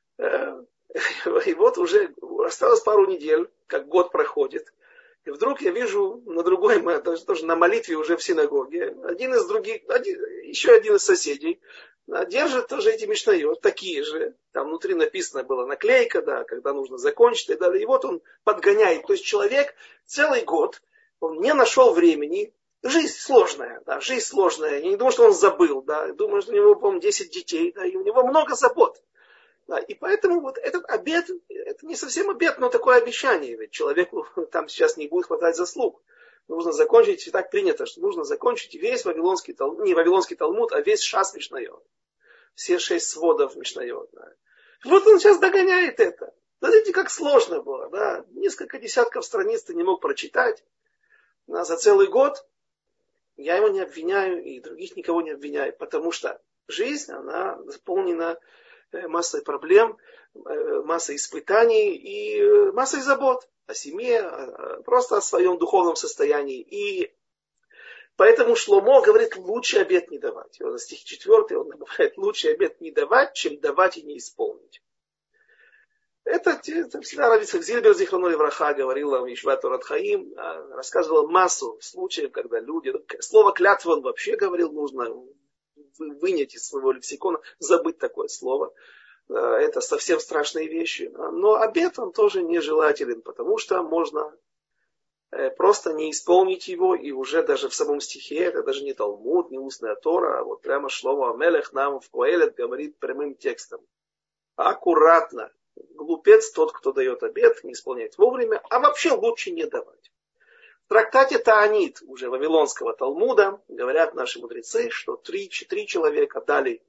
Speaker 1: И вот уже осталось пару недель, как год проходит. И вдруг я вижу на другой, мы даже тоже на молитве уже в синагоге, один из других, один, еще один из соседей, держит тоже эти мишнайот, такие же. Там внутри написано была наклейка, да, когда нужно закончить и так далее. И вот он подгоняет. То есть человек целый год, он не нашел времени. Жизнь сложная, да, жизнь сложная. Я не думаю, что он забыл, да. Думаю, что у него, по-моему, десять детей, да, и у него много забот. Да, и поэтому вот этот обет, это не совсем обет, но такое обещание. Ведь человеку там сейчас не будет хватать заслуг. Нужно закончить, и так принято, что нужно закончить весь Вавилонский Талмуд, не Вавилонский Талмуд, а весь Шас Мишнайот. Все шесть сводов Мишнайот. Да. Вот он сейчас догоняет это. Смотрите, как сложно было. Да. Несколько десятков страниц ты не мог прочитать. Да, за целый год. Я его не обвиняю, и других никого не обвиняю. Потому что жизнь, она заполнена массой проблем, массой испытаний и массой забот о семье, просто о своем духовном состоянии. И поэтому Шломо говорит, лучше обет не давать. В стихе четвёртый он говорит, лучше обет не давать, чем давать и не исполнить. Это, это всегда Равицхак Зильбер Зихроно левраха говорила в Ешиват Орат Хаим, рассказывала массу случаев, когда люди, слово клятва он вообще говорил, нужно вынять из своего лексикона, забыть такое слово. Это совсем страшные вещи. Но обет он тоже нежелателен, потому что можно просто не исполнить его, и уже даже в самом стихе, это даже не Талмуд, не устная Тора, а вот прямо Шломо Амелех нам в Коэлет говорит прямым текстом. Аккуратно. Глупец тот, кто дает обет, не исполняет вовремя, а вообще лучше не давать. В трактате Таанит, уже Вавилонского Талмуда, говорят наши мудрецы, что три-четыре человека дали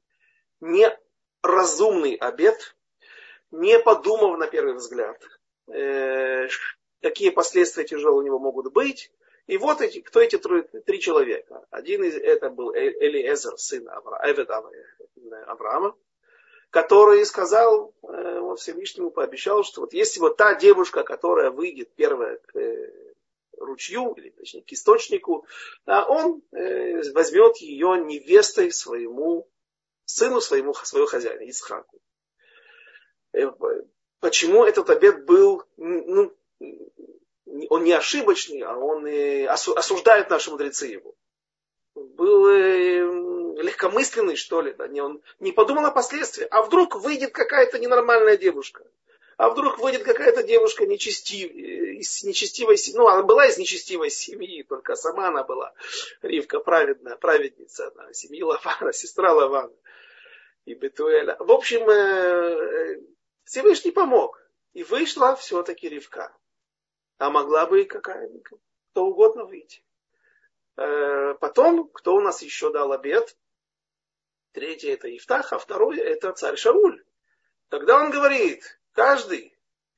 Speaker 1: неразумный обет, не подумав на первый взгляд, э, какие последствия тяжелые у него могут быть. И вот эти, кто эти три человека? Один из это был Элиэзер, сын Авра, Эвед Авраама, который сказал э, вот Всевышнему, пообещал, что вот если вот та девушка, которая выйдет первая к э, ручью, или точнее к источнику, а он э, возьмет ее невестой своему сыну, своему, своему хозяину, Ицхаку. Э, почему этот обет был, ну, он не ошибочный, а он э, осуждают наши мудрецы его. Был э, легкомысленный, что ли, да? не, он не подумал о последствиях. А вдруг выйдет какая-то ненормальная девушка? А вдруг выйдет какая-то девушка нечестив, из нечестивой семьи? Ну, она была из нечестивой семьи, только сама она была Ривка, праведная, праведница, она, семьи Лавана, сестра Лавана и Бетуэля. В общем, э, Всевышний помог. И вышла все-таки Ривка. А могла бы и какая-нибудь, кто угодно выйти. Потом, кто у нас еще дал обет? Третий это Ифтах, а второй это царь Шауль. Когда он говорит, каждый,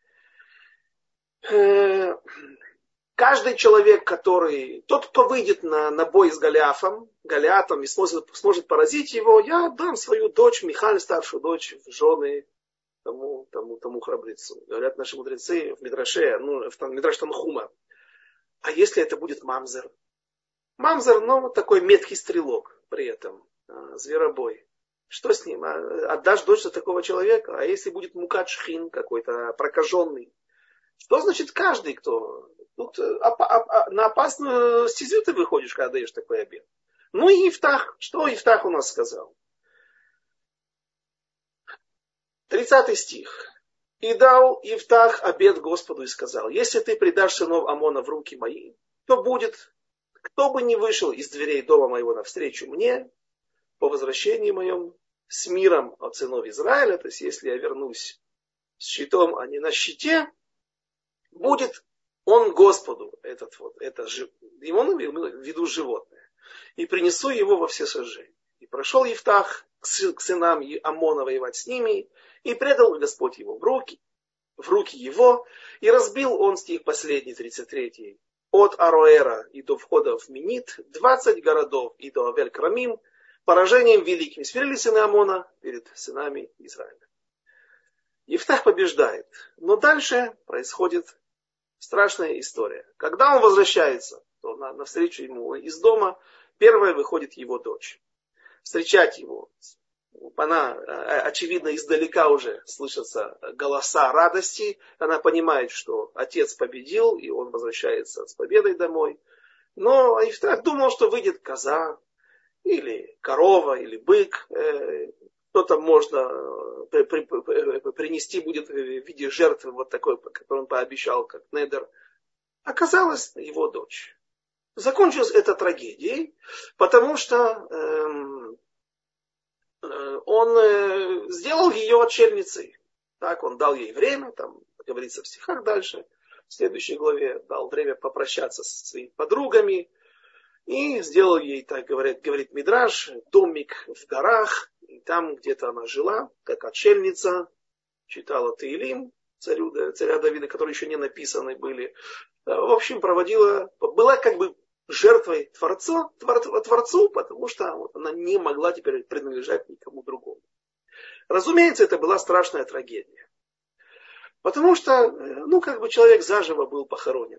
Speaker 1: э, каждый человек, который, тот, кто выйдет на, на бой с Голиафом, Голиатом и сможет, сможет поразить его, я дам свою дочь, Михаль, старшую дочь, в жены тому, тому, тому храбрецу. Говорят наши мудрецы в Мидраше, ну, в Мидраш Танхума. А если это будет мамзер? Мамзер, ну, такой меткий стрелок при этом, зверобой. Что с ним? Отдашь дочь за такого человека? А если будет мукат шхин какой-то, прокаженный? Что значит каждый, кто... Тут на опасную стезю ты выходишь, когда даешь такой обет. Ну и Ифтах. Что Ифтах у нас сказал? тридцатый стих. «И дал Ифтах обет Господу и сказал, если ты предашь сынов Амона в руки мои, то будет, кто бы ни вышел из дверей дома моего навстречу мне, по возвращении моем, с миром от сынов Израиля, то есть если я вернусь с щитом, а не на щите, будет он Господу, этот вот, это, он имел в виду животное, и принесу его во все сожжения. И прошел Ифтах к сынам Амона воевать с ними, и предал Господь его в руки, в руки его, и разбил он, стих последний, тридцать третий, от Ароэра и до входа в Минит, двадцать городов и до Авель-Крамим, поражением великим сверили сыны Амона перед сынами Израиля. Ифтах побеждает, но дальше происходит страшная история. Когда он возвращается, то на, навстречу ему из дома, первая выходит его дочь. Встречать его. Она, очевидно, издалека уже слышатся голоса радости. Она понимает, что отец победил, и он возвращается с победой домой. Но Ифтах думал, что выйдет коза, или корова, или бык. Что-то можно принести будет в виде жертвы, вот такой, которую он пообещал, как недер. Оказалась его дочь. Закончилась эта трагедией, потому что эм, он сделал ее отшельницей. Так, он дал ей время, там говорится в стихах дальше, в следующей главе, дал время попрощаться со своими подругами. И сделал ей, так говорит, говорит Мидраш, домик в горах. И там где-то она жила, как отшельница, читала Теилим царю, царя Давида, которые еще не написаны были. В общем, проводила, была как бы жертвой Творцу, Творцу, потому что вот она не могла теперь принадлежать никому другому. Разумеется, это была страшная трагедия. Потому что, ну, как бы человек заживо был похоронен.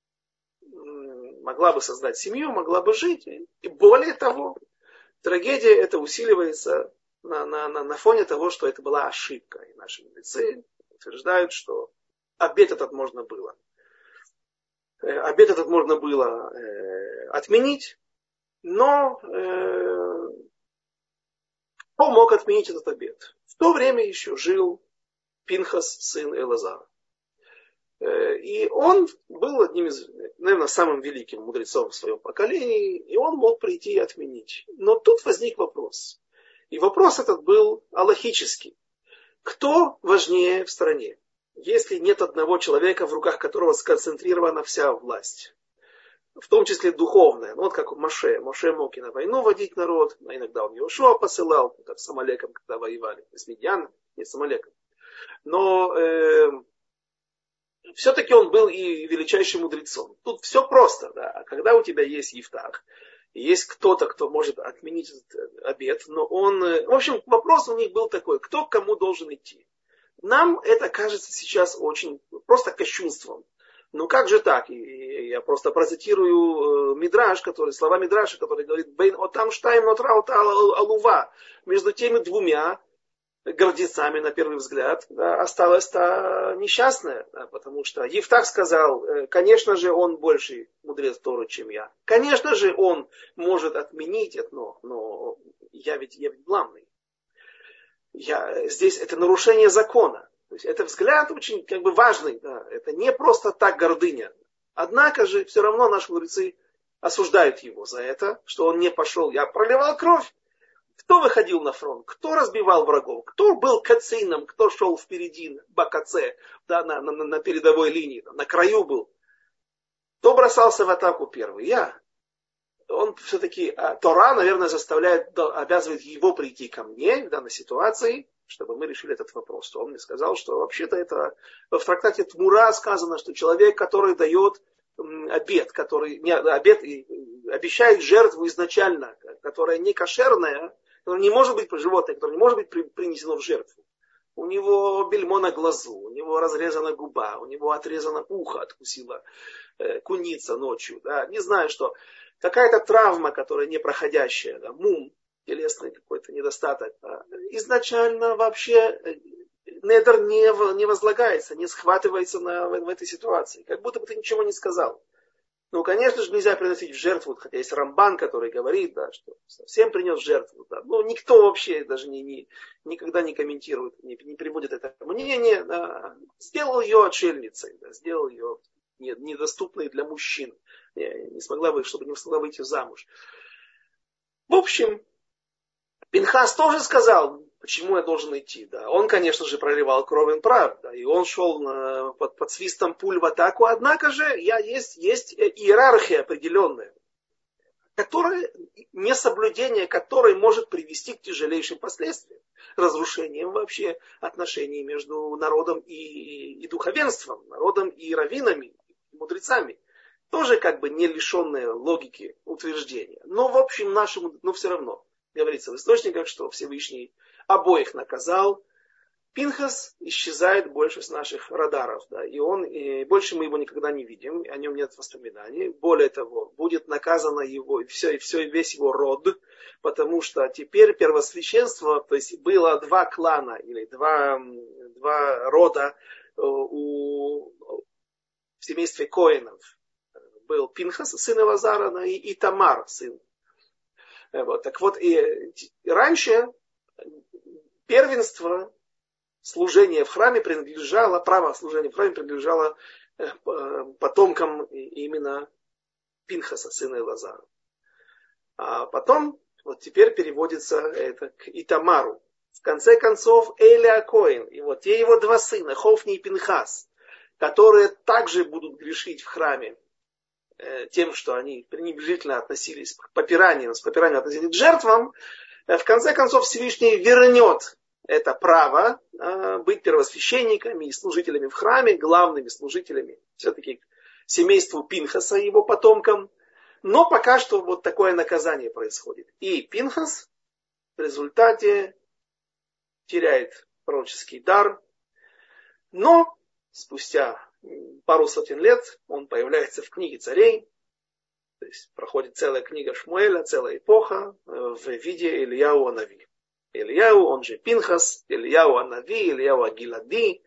Speaker 1: Могла бы создать семью, могла бы жить. И более того, трагедия эта усиливается на, на, на, на фоне того, что это была ошибка. И наши мудрецы утверждают, что обет этот можно было. Обет этот можно было э, отменить, но э, кто мог отменить этот обет? В то время еще жил Пинхас, сын Элазара. Э, и он был одним из, наверное, самым великим мудрецом в своем поколении, и он мог прийти и отменить. Но тут возник вопрос. И вопрос этот был алахический. Кто важнее в стране? Если нет одного человека, в руках которого сконцентрирована вся власть, в том числе духовная, ну вот как у Моше. Моше мог и на войну водить народ, а иногда он Йошуа посылал, как с Амалеком, когда воевали, с Мидьяном, не с Амалеком. Но э, все-таки он был и величайшим мудрецом. Тут все просто, да. Когда у тебя есть Ифтах, есть кто-то, кто может отменить этот обет, но он... В общем, вопрос у них был такой, кто к кому должен идти. Нам это кажется сейчас очень просто кощунством. Ну как же так? И я просто процитирую Мидраш, который, слова Мидраша, который говорит, «Бейн отам штайм нотраут алува». Между теми двумя гордецами, на первый взгляд, да, осталась та несчастная, да, потому что Ифтах сказал, конечно же, он больше мудрец Торы, чем я. Конечно же, он может отменить это, но, но я ведь, я ведь главный. Я, здесь это нарушение закона. То есть это взгляд очень как бы важный. Да, это не просто так гордыня. Однако же все равно наши мудрецы осуждают его за это, что он не пошел. Я проливал кровь. Кто выходил на фронт? Кто разбивал врагов? Кто был кацином? Кто шел впереди, бакаце, да, на, на, на передовой линии, на краю был? Кто бросался в атаку первый? Я. Он все-таки, Тора, наверное, заставляет, обязывает его прийти ко мне в данной ситуации, чтобы мы решили этот вопрос. Он мне сказал, что вообще-то это в трактате Тмура сказано, что человек, который дает обет, который не, обет, обещает жертву изначально, которая не кошерная, которая не может быть животное, которое не может быть принесено в жертву. У него бельмо на глазу, у него разрезана губа, у него отрезано ухо, откусила э, куница ночью. Да, не знаю что. Какая-то травма, которая непроходящая, да, мум, телесный какой-то недостаток. Да, изначально вообще недер не, не возлагается, не схватывается на, в, в этой ситуации. Как будто бы ты ничего не сказал. Ну, конечно же, нельзя приносить в жертву, хотя есть Рамбан, который говорит, да, что совсем принес в жертву. Да. Но никто вообще даже не, не, никогда не комментирует, не, не приводит это мнение. Да. Сделал ее отшельницей, да, сделал ее недоступной для мужчин, не смогла бы, чтобы не смогла выйти замуж. В общем, Пинхас тоже сказал, почему я должен идти. Да. Он, конечно же, проливал кровь, он прав, да, и он шел на, под, под свистом пуль в атаку, однако же я, есть, есть иерархия определенная, которая, несоблюдение которой может привести к тяжелейшим последствиям, разрушением вообще отношений между народом и, и духовенством, народом и раввинами, и мудрецами. Тоже как бы не лишенное логики утверждения. Но в общем нашему, но все равно. Говорится в источниках, что Всевышний обоих наказал. Пинхас исчезает больше с наших радаров. Да, и, он, и больше мы его никогда не видим, о нем нет воспоминаний. Более того, будет наказано его, и все, и все, и весь его род, потому что теперь первосвященство, то есть было два клана, или два, два рода у, в семействе Коэнов. Был Пинхас, сын Элазара, и, и Тамар, сын. Вот, так вот, и, и раньше первенство служения в храме принадлежало, право служения в храме принадлежало потомкам именно Пинхаса, сына Элазара. А потом, вот теперь переводится это к Итамару. В конце концов, Эля Коэн, и вот те его два сына, Хофни и Пинхас, которые также будут грешить в храме тем, что они пренебрежительно относились к попиранию, с попиранием относились к жертвам, в конце концов Всевышний вернет это право быть первосвященниками и служителями в храме, главными служителями все-таки семейству Пинхаса и его потомкам. Но пока что вот такое наказание происходит. И Пинхас в результате теряет пророческий дар, но спустя пару сотен лет он появляется в книге царей, то есть проходит целая книга Шмуэля, целая эпоха в виде Ильяу Анави. Ильяу, он же Пинхас, Ильяу Анави, Ильяу Агилади.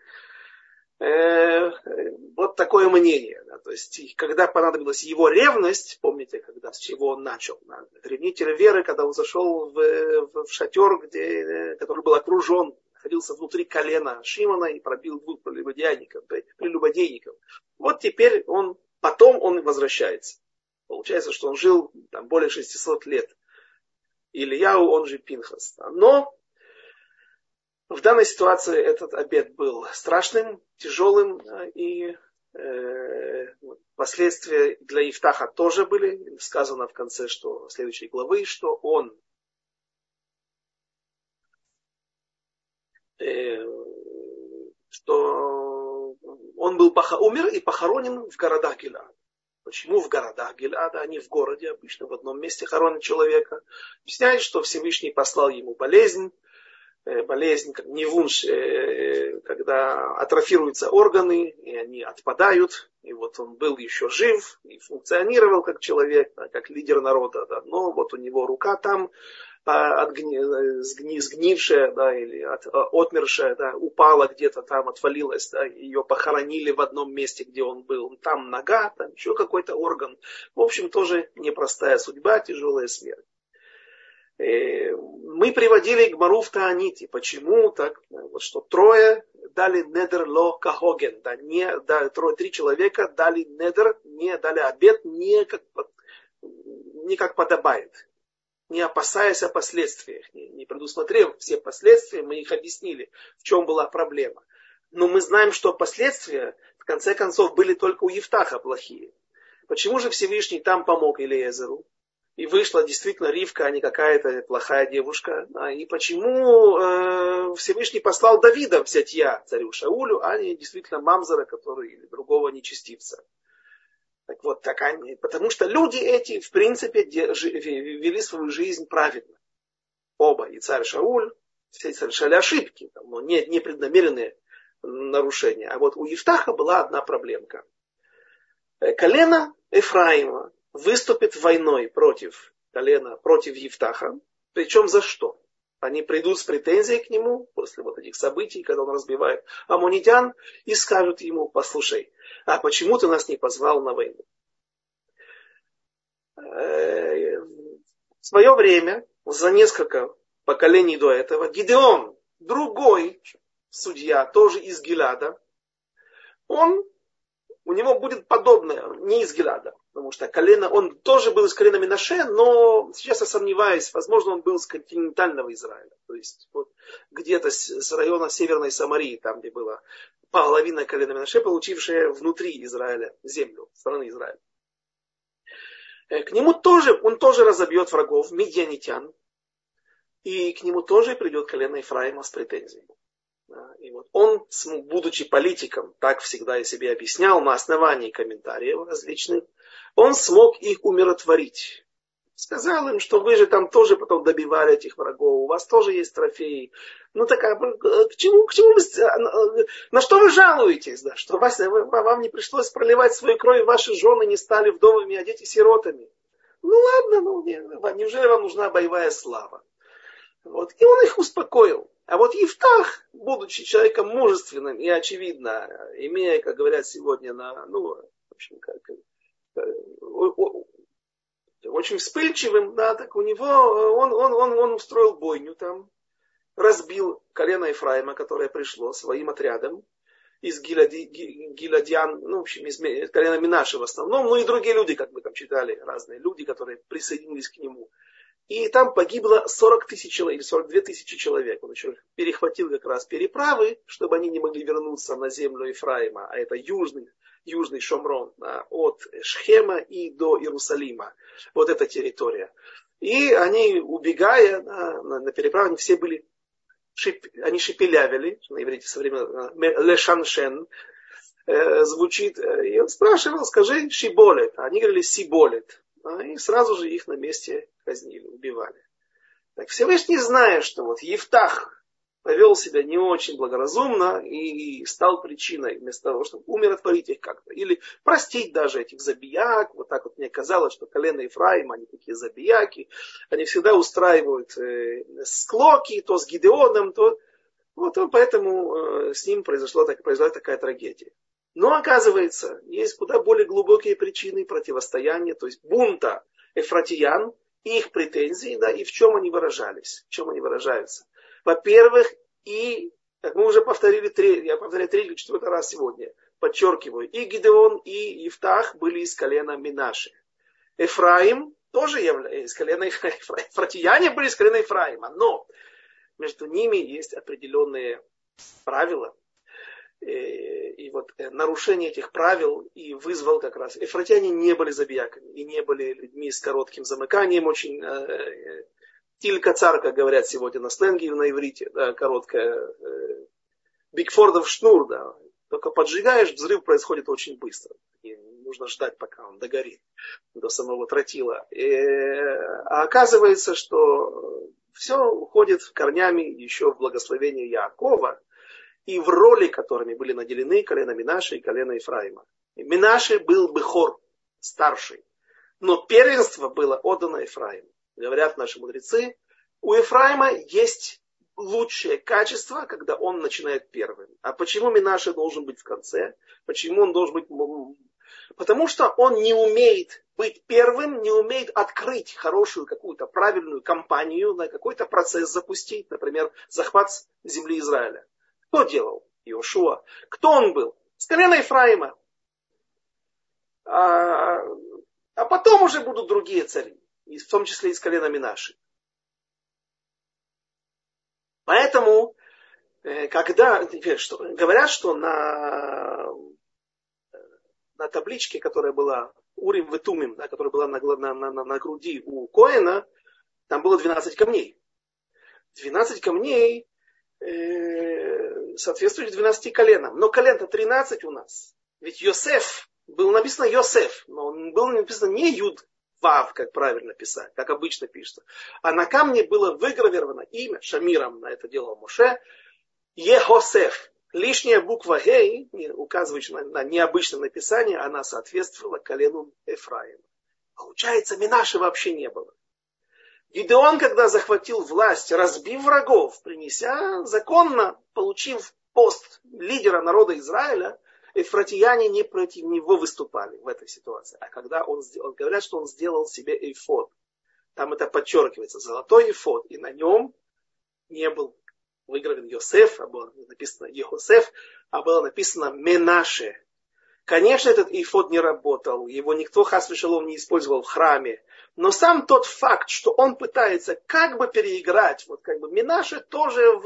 Speaker 1: Э, вот такое мнение. Да, то есть, когда понадобилась его ревность, помните, когда, с чего он начал, да, ревнитель веры, когда он зашел в, в, в шатер, где, который был окружен, находился внутри колена Шимона и пробил двух прелюбодейников, прелюбодейников. Вот теперь он, потом он возвращается. Получается, что он жил там более шестисот лет. Ильяу, он же Пинхас. Но в данной ситуации этот обет был страшным, тяжелым, и э, последствия для Ифтаха тоже были. Сказано в конце что, следующей главы, что он что он был умер и похоронен в городах Гилеада. Почему в городах Гилеада, а не в городе? Обычно в одном месте хоронят человека. Объясняет, что Всевышний послал ему болезнь. Болезнь, как невунш, когда атрофируются органы, и они отпадают. и вот он был еще жив, и функционировал как человек, да, как лидер народа, да, но вот у него рука там а, отгни, сгни, сгнившая, да, или от, отмершая, да, упала где-то там, отвалилась, да, ее похоронили в одном месте, где он был, там нога, там еще какой-то орган. В общем, тоже непростая судьба, тяжелая смерть. Мы приводили Гмару в Тааните. Почему так? Вот что трое дали недер ло кахоген. Да, не, да, трое, три человека дали недер, не дали обет, не как, не как подобает. Не опасаясь о последствиях. Не, не предусмотрев все последствия, мы их объяснили, в чем была проблема. Но мы знаем, что последствия, в конце концов, были только у Ифтаха плохие. Почему же Всевышний там помог Элиезеру? И вышла действительно Ривка, а не какая-то плохая девушка. И почему э, Всевышний послал Давида взять я царю Шаулю, а не действительно Мамзера, который или другого нечестивца. Так вот, так они, потому что люди эти, в принципе, вели свою жизнь правильно. Оба, и царь Шауль, все совершали ошибки, но не, не преднамеренные нарушения. А вот у Ифтаха была одна проблемка. Колено Эфраима выступит войной против колена, против Ифтаха. Причем за что? Они придут с претензией к нему после вот этих событий, когда он разбивает аммонитян, и скажут ему: послушай, а почему ты нас не позвал на войну? В свое время, за несколько поколений до этого, Гидеон, другой судья, тоже из Гилада, он, у него будет подобное, не из Гилада. Потому что колено, он тоже был из колена Менаше, но сейчас я сомневаюсь, возможно, он был из континентального Израиля. То есть вот, где-то с, с района Северной Самарии, там где была половина колена Менаше, получившая внутри Израиля землю, страны Израиля. К нему тоже, он тоже разобьет врагов, медианитян, и к нему тоже придет колено Ефраима с претензией. И вот он, будучи политиком, так всегда я себе объяснял, на основании комментариев различных, он смог их умиротворить. Сказал им, что вы же там тоже потом добивали этих врагов, у вас тоже есть трофеи. Ну так, а к чему, к чему вы, на что вы жалуетесь? Да? Что вас, вам не пришлось проливать свою кровь, ваши жены не стали вдовами, а дети сиротами. Ну ладно, ну, неужели вам нужна боевая слава? Вот. И он их успокоил. А вот Ифтах, будучи человеком мужественным и, очевидно, имея, как говорят сегодня, на, ну, в общем, как, очень вспыльчивым, да, так у него, он, он, он, он устроил бойню там, разбил колено Ефраима, которое пришло своим отрядом из Гилади, Гиладьян, ну, в общем, из колена Минаши в основном, ну и другие люди, как мы там читали, разные люди, которые присоединились к нему. И там погибло сорок тысяч человек, или сорок две тысячи человек. Он еще перехватил как раз переправы, чтобы они не могли вернуться на землю Ефраима, а это южный, южный Шомрон, да, от Шхема и до Иерусалима. Вот эта территория. И они, убегая да, на, на переправе, они все были, шип, они шепелявили, на иврите современно, лешаншен, э, звучит. И он спрашивал: скажи шиболет. Они говорили сиболет. И сразу же их на месте казнили, убивали. Так Всевышний, зная, что вот Ифтах повел себя не очень благоразумно и стал причиной, вместо того, чтобы умиротворить их как-то, или простить даже этих забияк, вот так вот мне казалось, что колено Ефраима, они такие забияки, они всегда устраивают э, склоки, то с Гидеоном, то... Вот поэтому э, с ним произошла, так, произошла такая трагедия. Но оказывается, есть куда более глубокие причины противостояния, то есть бунта эфратиян и их претензий, да, и в чем они выражались, в чем они выражаются. Во-первых, и, как мы уже повторили, три, я повторяю третий или четвертый раз сегодня, подчеркиваю, и Гидеон, и Ифтах были из колена Минаши. Эфраим тоже является из колена Ефраима, эфратияне были из колена Ефраима, но между ними есть определенные правила. И вот нарушение этих правил и вызвал как раз. Эфратяне не были забияками и не были людьми с коротким замыканием, очень э, тилька-цар, как говорят сегодня на сленге или на иврите, да, короткая, э, Бигфордов шнур, да. Только поджигаешь, взрыв происходит очень быстро. И нужно ждать, пока он догорит до самого тротила. И, а оказывается, что все уходит корнями еще в благословение Яакова, и в роли, которыми были наделены колено Минаши и колено Ефраима. Минаше был Бехор, старший. Но первенство было отдано Ефраиму. Говорят наши мудрецы, у Ефраима есть лучшее качество, когда он начинает первым. А почему Минаше должен быть в конце? Почему он должен быть... Потому что он не умеет быть первым, не умеет открыть хорошую какую-то правильную кампанию, на какой-то процесс запустить, например, захват земли Израиля. Кто делал? Иошуа. Кто он был? С колена Ефраима. А, а потом уже будут другие цари, в том числе из колена Минаши. Поэтому, когда что, говорят, что на, на табличке, которая была Урим Ветумим, да, которая была на, на, на, на груди у Коэна, там было двенадцать камней. двенадцать камней э, соответствуют двенадцати коленам. Но колен-то тринадцать у нас. Ведь Йосеф, было написано Йосеф, но было написано не Юд, Вав, как правильно писать, как обычно пишется. А на камне было выгравировано имя, Шамиром на это делал Моше, Ехосеф. Лишняя буква Гей, указывающая на, на необычное написание, она соответствовала колену Ефраима. Получается, Минаши вообще не было. Гидеон, когда захватил власть, разбив врагов, принеся законно, получив пост лидера народа Израиля, эфратияне не против него выступали в этой ситуации. А когда он сделал, говорят, что он сделал себе эйфод. Там это подчеркивается, золотой эйфод, и на нем не был выгравлен Йосеф, а было написано Ехосеф, а было написано Менаше. Конечно, этот эйфод не работал, его никто хас вешалом не использовал в храме, но сам тот факт, что он пытается как бы переиграть, вот как бы Менаше тоже,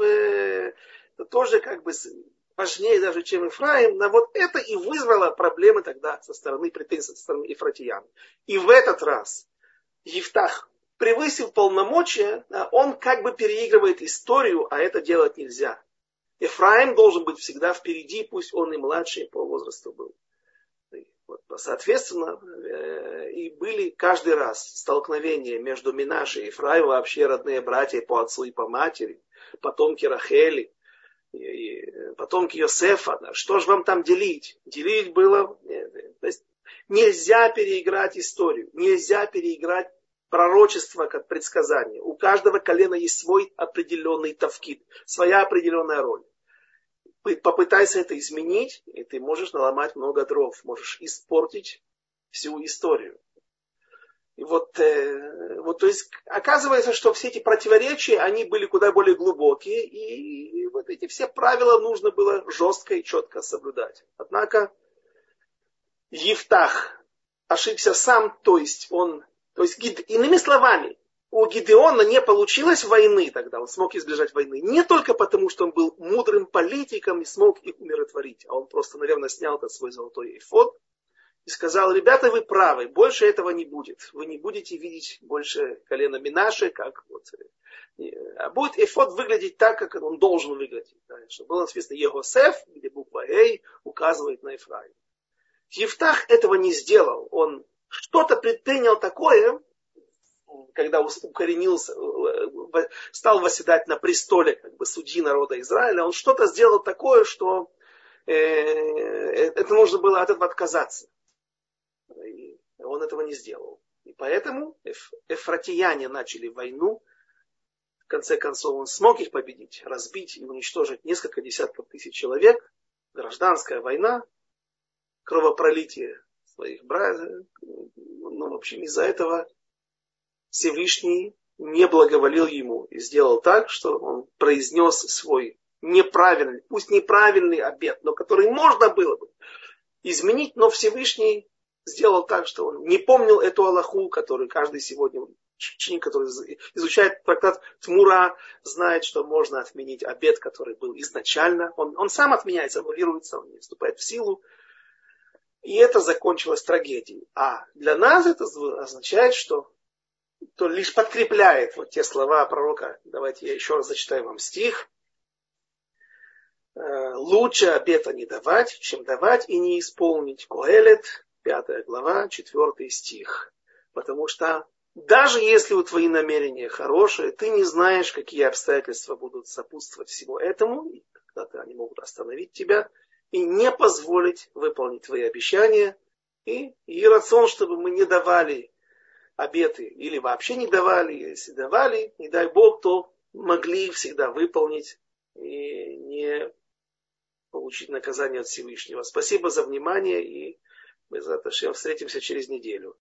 Speaker 1: в, тоже как бы важнее даже, чем Ефраим, но вот это и вызвало проблемы тогда со стороны претензий, со стороны ефратиян. И в этот раз Ифтах, превысив полномочия, он как бы переигрывает историю, а это делать нельзя. Ефраим должен быть всегда впереди, пусть он и младший по возрасту был. Вот, соответственно, и были каждый раз столкновения между Минаше и Ефраимом, вообще родные братья по отцу и по матери, потомки Рахели, и потомки Йосефа. Что же вам там делить? Делить было... То есть нельзя переиграть историю, нельзя переиграть пророчество как предсказание. У каждого колена есть свой определенный тавкид, своя определенная роль. Попытайся это изменить, и ты можешь наломать много дров, можешь испортить всю историю. И вот, э, вот, то есть, оказывается, что все эти противоречия, они были куда более глубокие, и, и вот эти все правила нужно было жестко и четко соблюдать. Однако, Ифтах ошибся сам, то есть, он, то есть, иными словами, у Гидеона не получилось войны тогда, он смог избежать войны, не только потому, что он был мудрым политиком и смог их умиротворить, а он просто, наверное, снял этот свой золотой эфод и сказал: ребята, вы правы, больше этого не будет, вы не будете видеть больше колена Минаше, как вот, а будет эфод выглядеть так, как он должен выглядеть. Да, чтобы было написано Ехосеф, где буква Эй указывает на Ефраим. Ифтах этого не сделал, он что-то предпринял такое, когда укоренился, стал восседать на престоле как бы судьи народа Израиля, он что-то сделал такое, что э, это нужно было от этого отказаться. И он этого не сделал. И поэтому эф, эфратияне начали войну. В конце концов он смог их победить, разбить и уничтожить несколько десятков тысяч человек. Гражданская война, кровопролитие своих братьев. Ну, в общем, из-за этого Всевышний не благоволил ему и сделал так, что он произнес свой неправильный, пусть неправильный обет, но который можно было бы изменить, но Всевышний сделал так, что он не помнил эту алаху, которую каждый сегодня ученик, который изучает трактат Тмура, знает, что можно отменить обет, который был изначально. Он, он сам отменяется, аннулируется, он не вступает в силу. И это закончилось трагедией. А для нас это означает, что то лишь подкрепляет вот те слова пророка. Давайте я еще раз зачитаю вам стих. Лучше обета не давать, чем давать и не исполнить. Коэлет, пятая глава, четвертый стих. Потому что даже если у твои намерения хорошие, ты не знаешь, какие обстоятельства будут сопутствовать всему этому, и когда-то они могут остановить тебя. и не позволить выполнить твои обещания. И, и рацион, чтобы мы не давали обеты или вообще не давали, если давали, не дай Бог, то могли всегда выполнить и не получить наказание от Всевышнего. Спасибо за внимание, и мы завтра встретимся через неделю.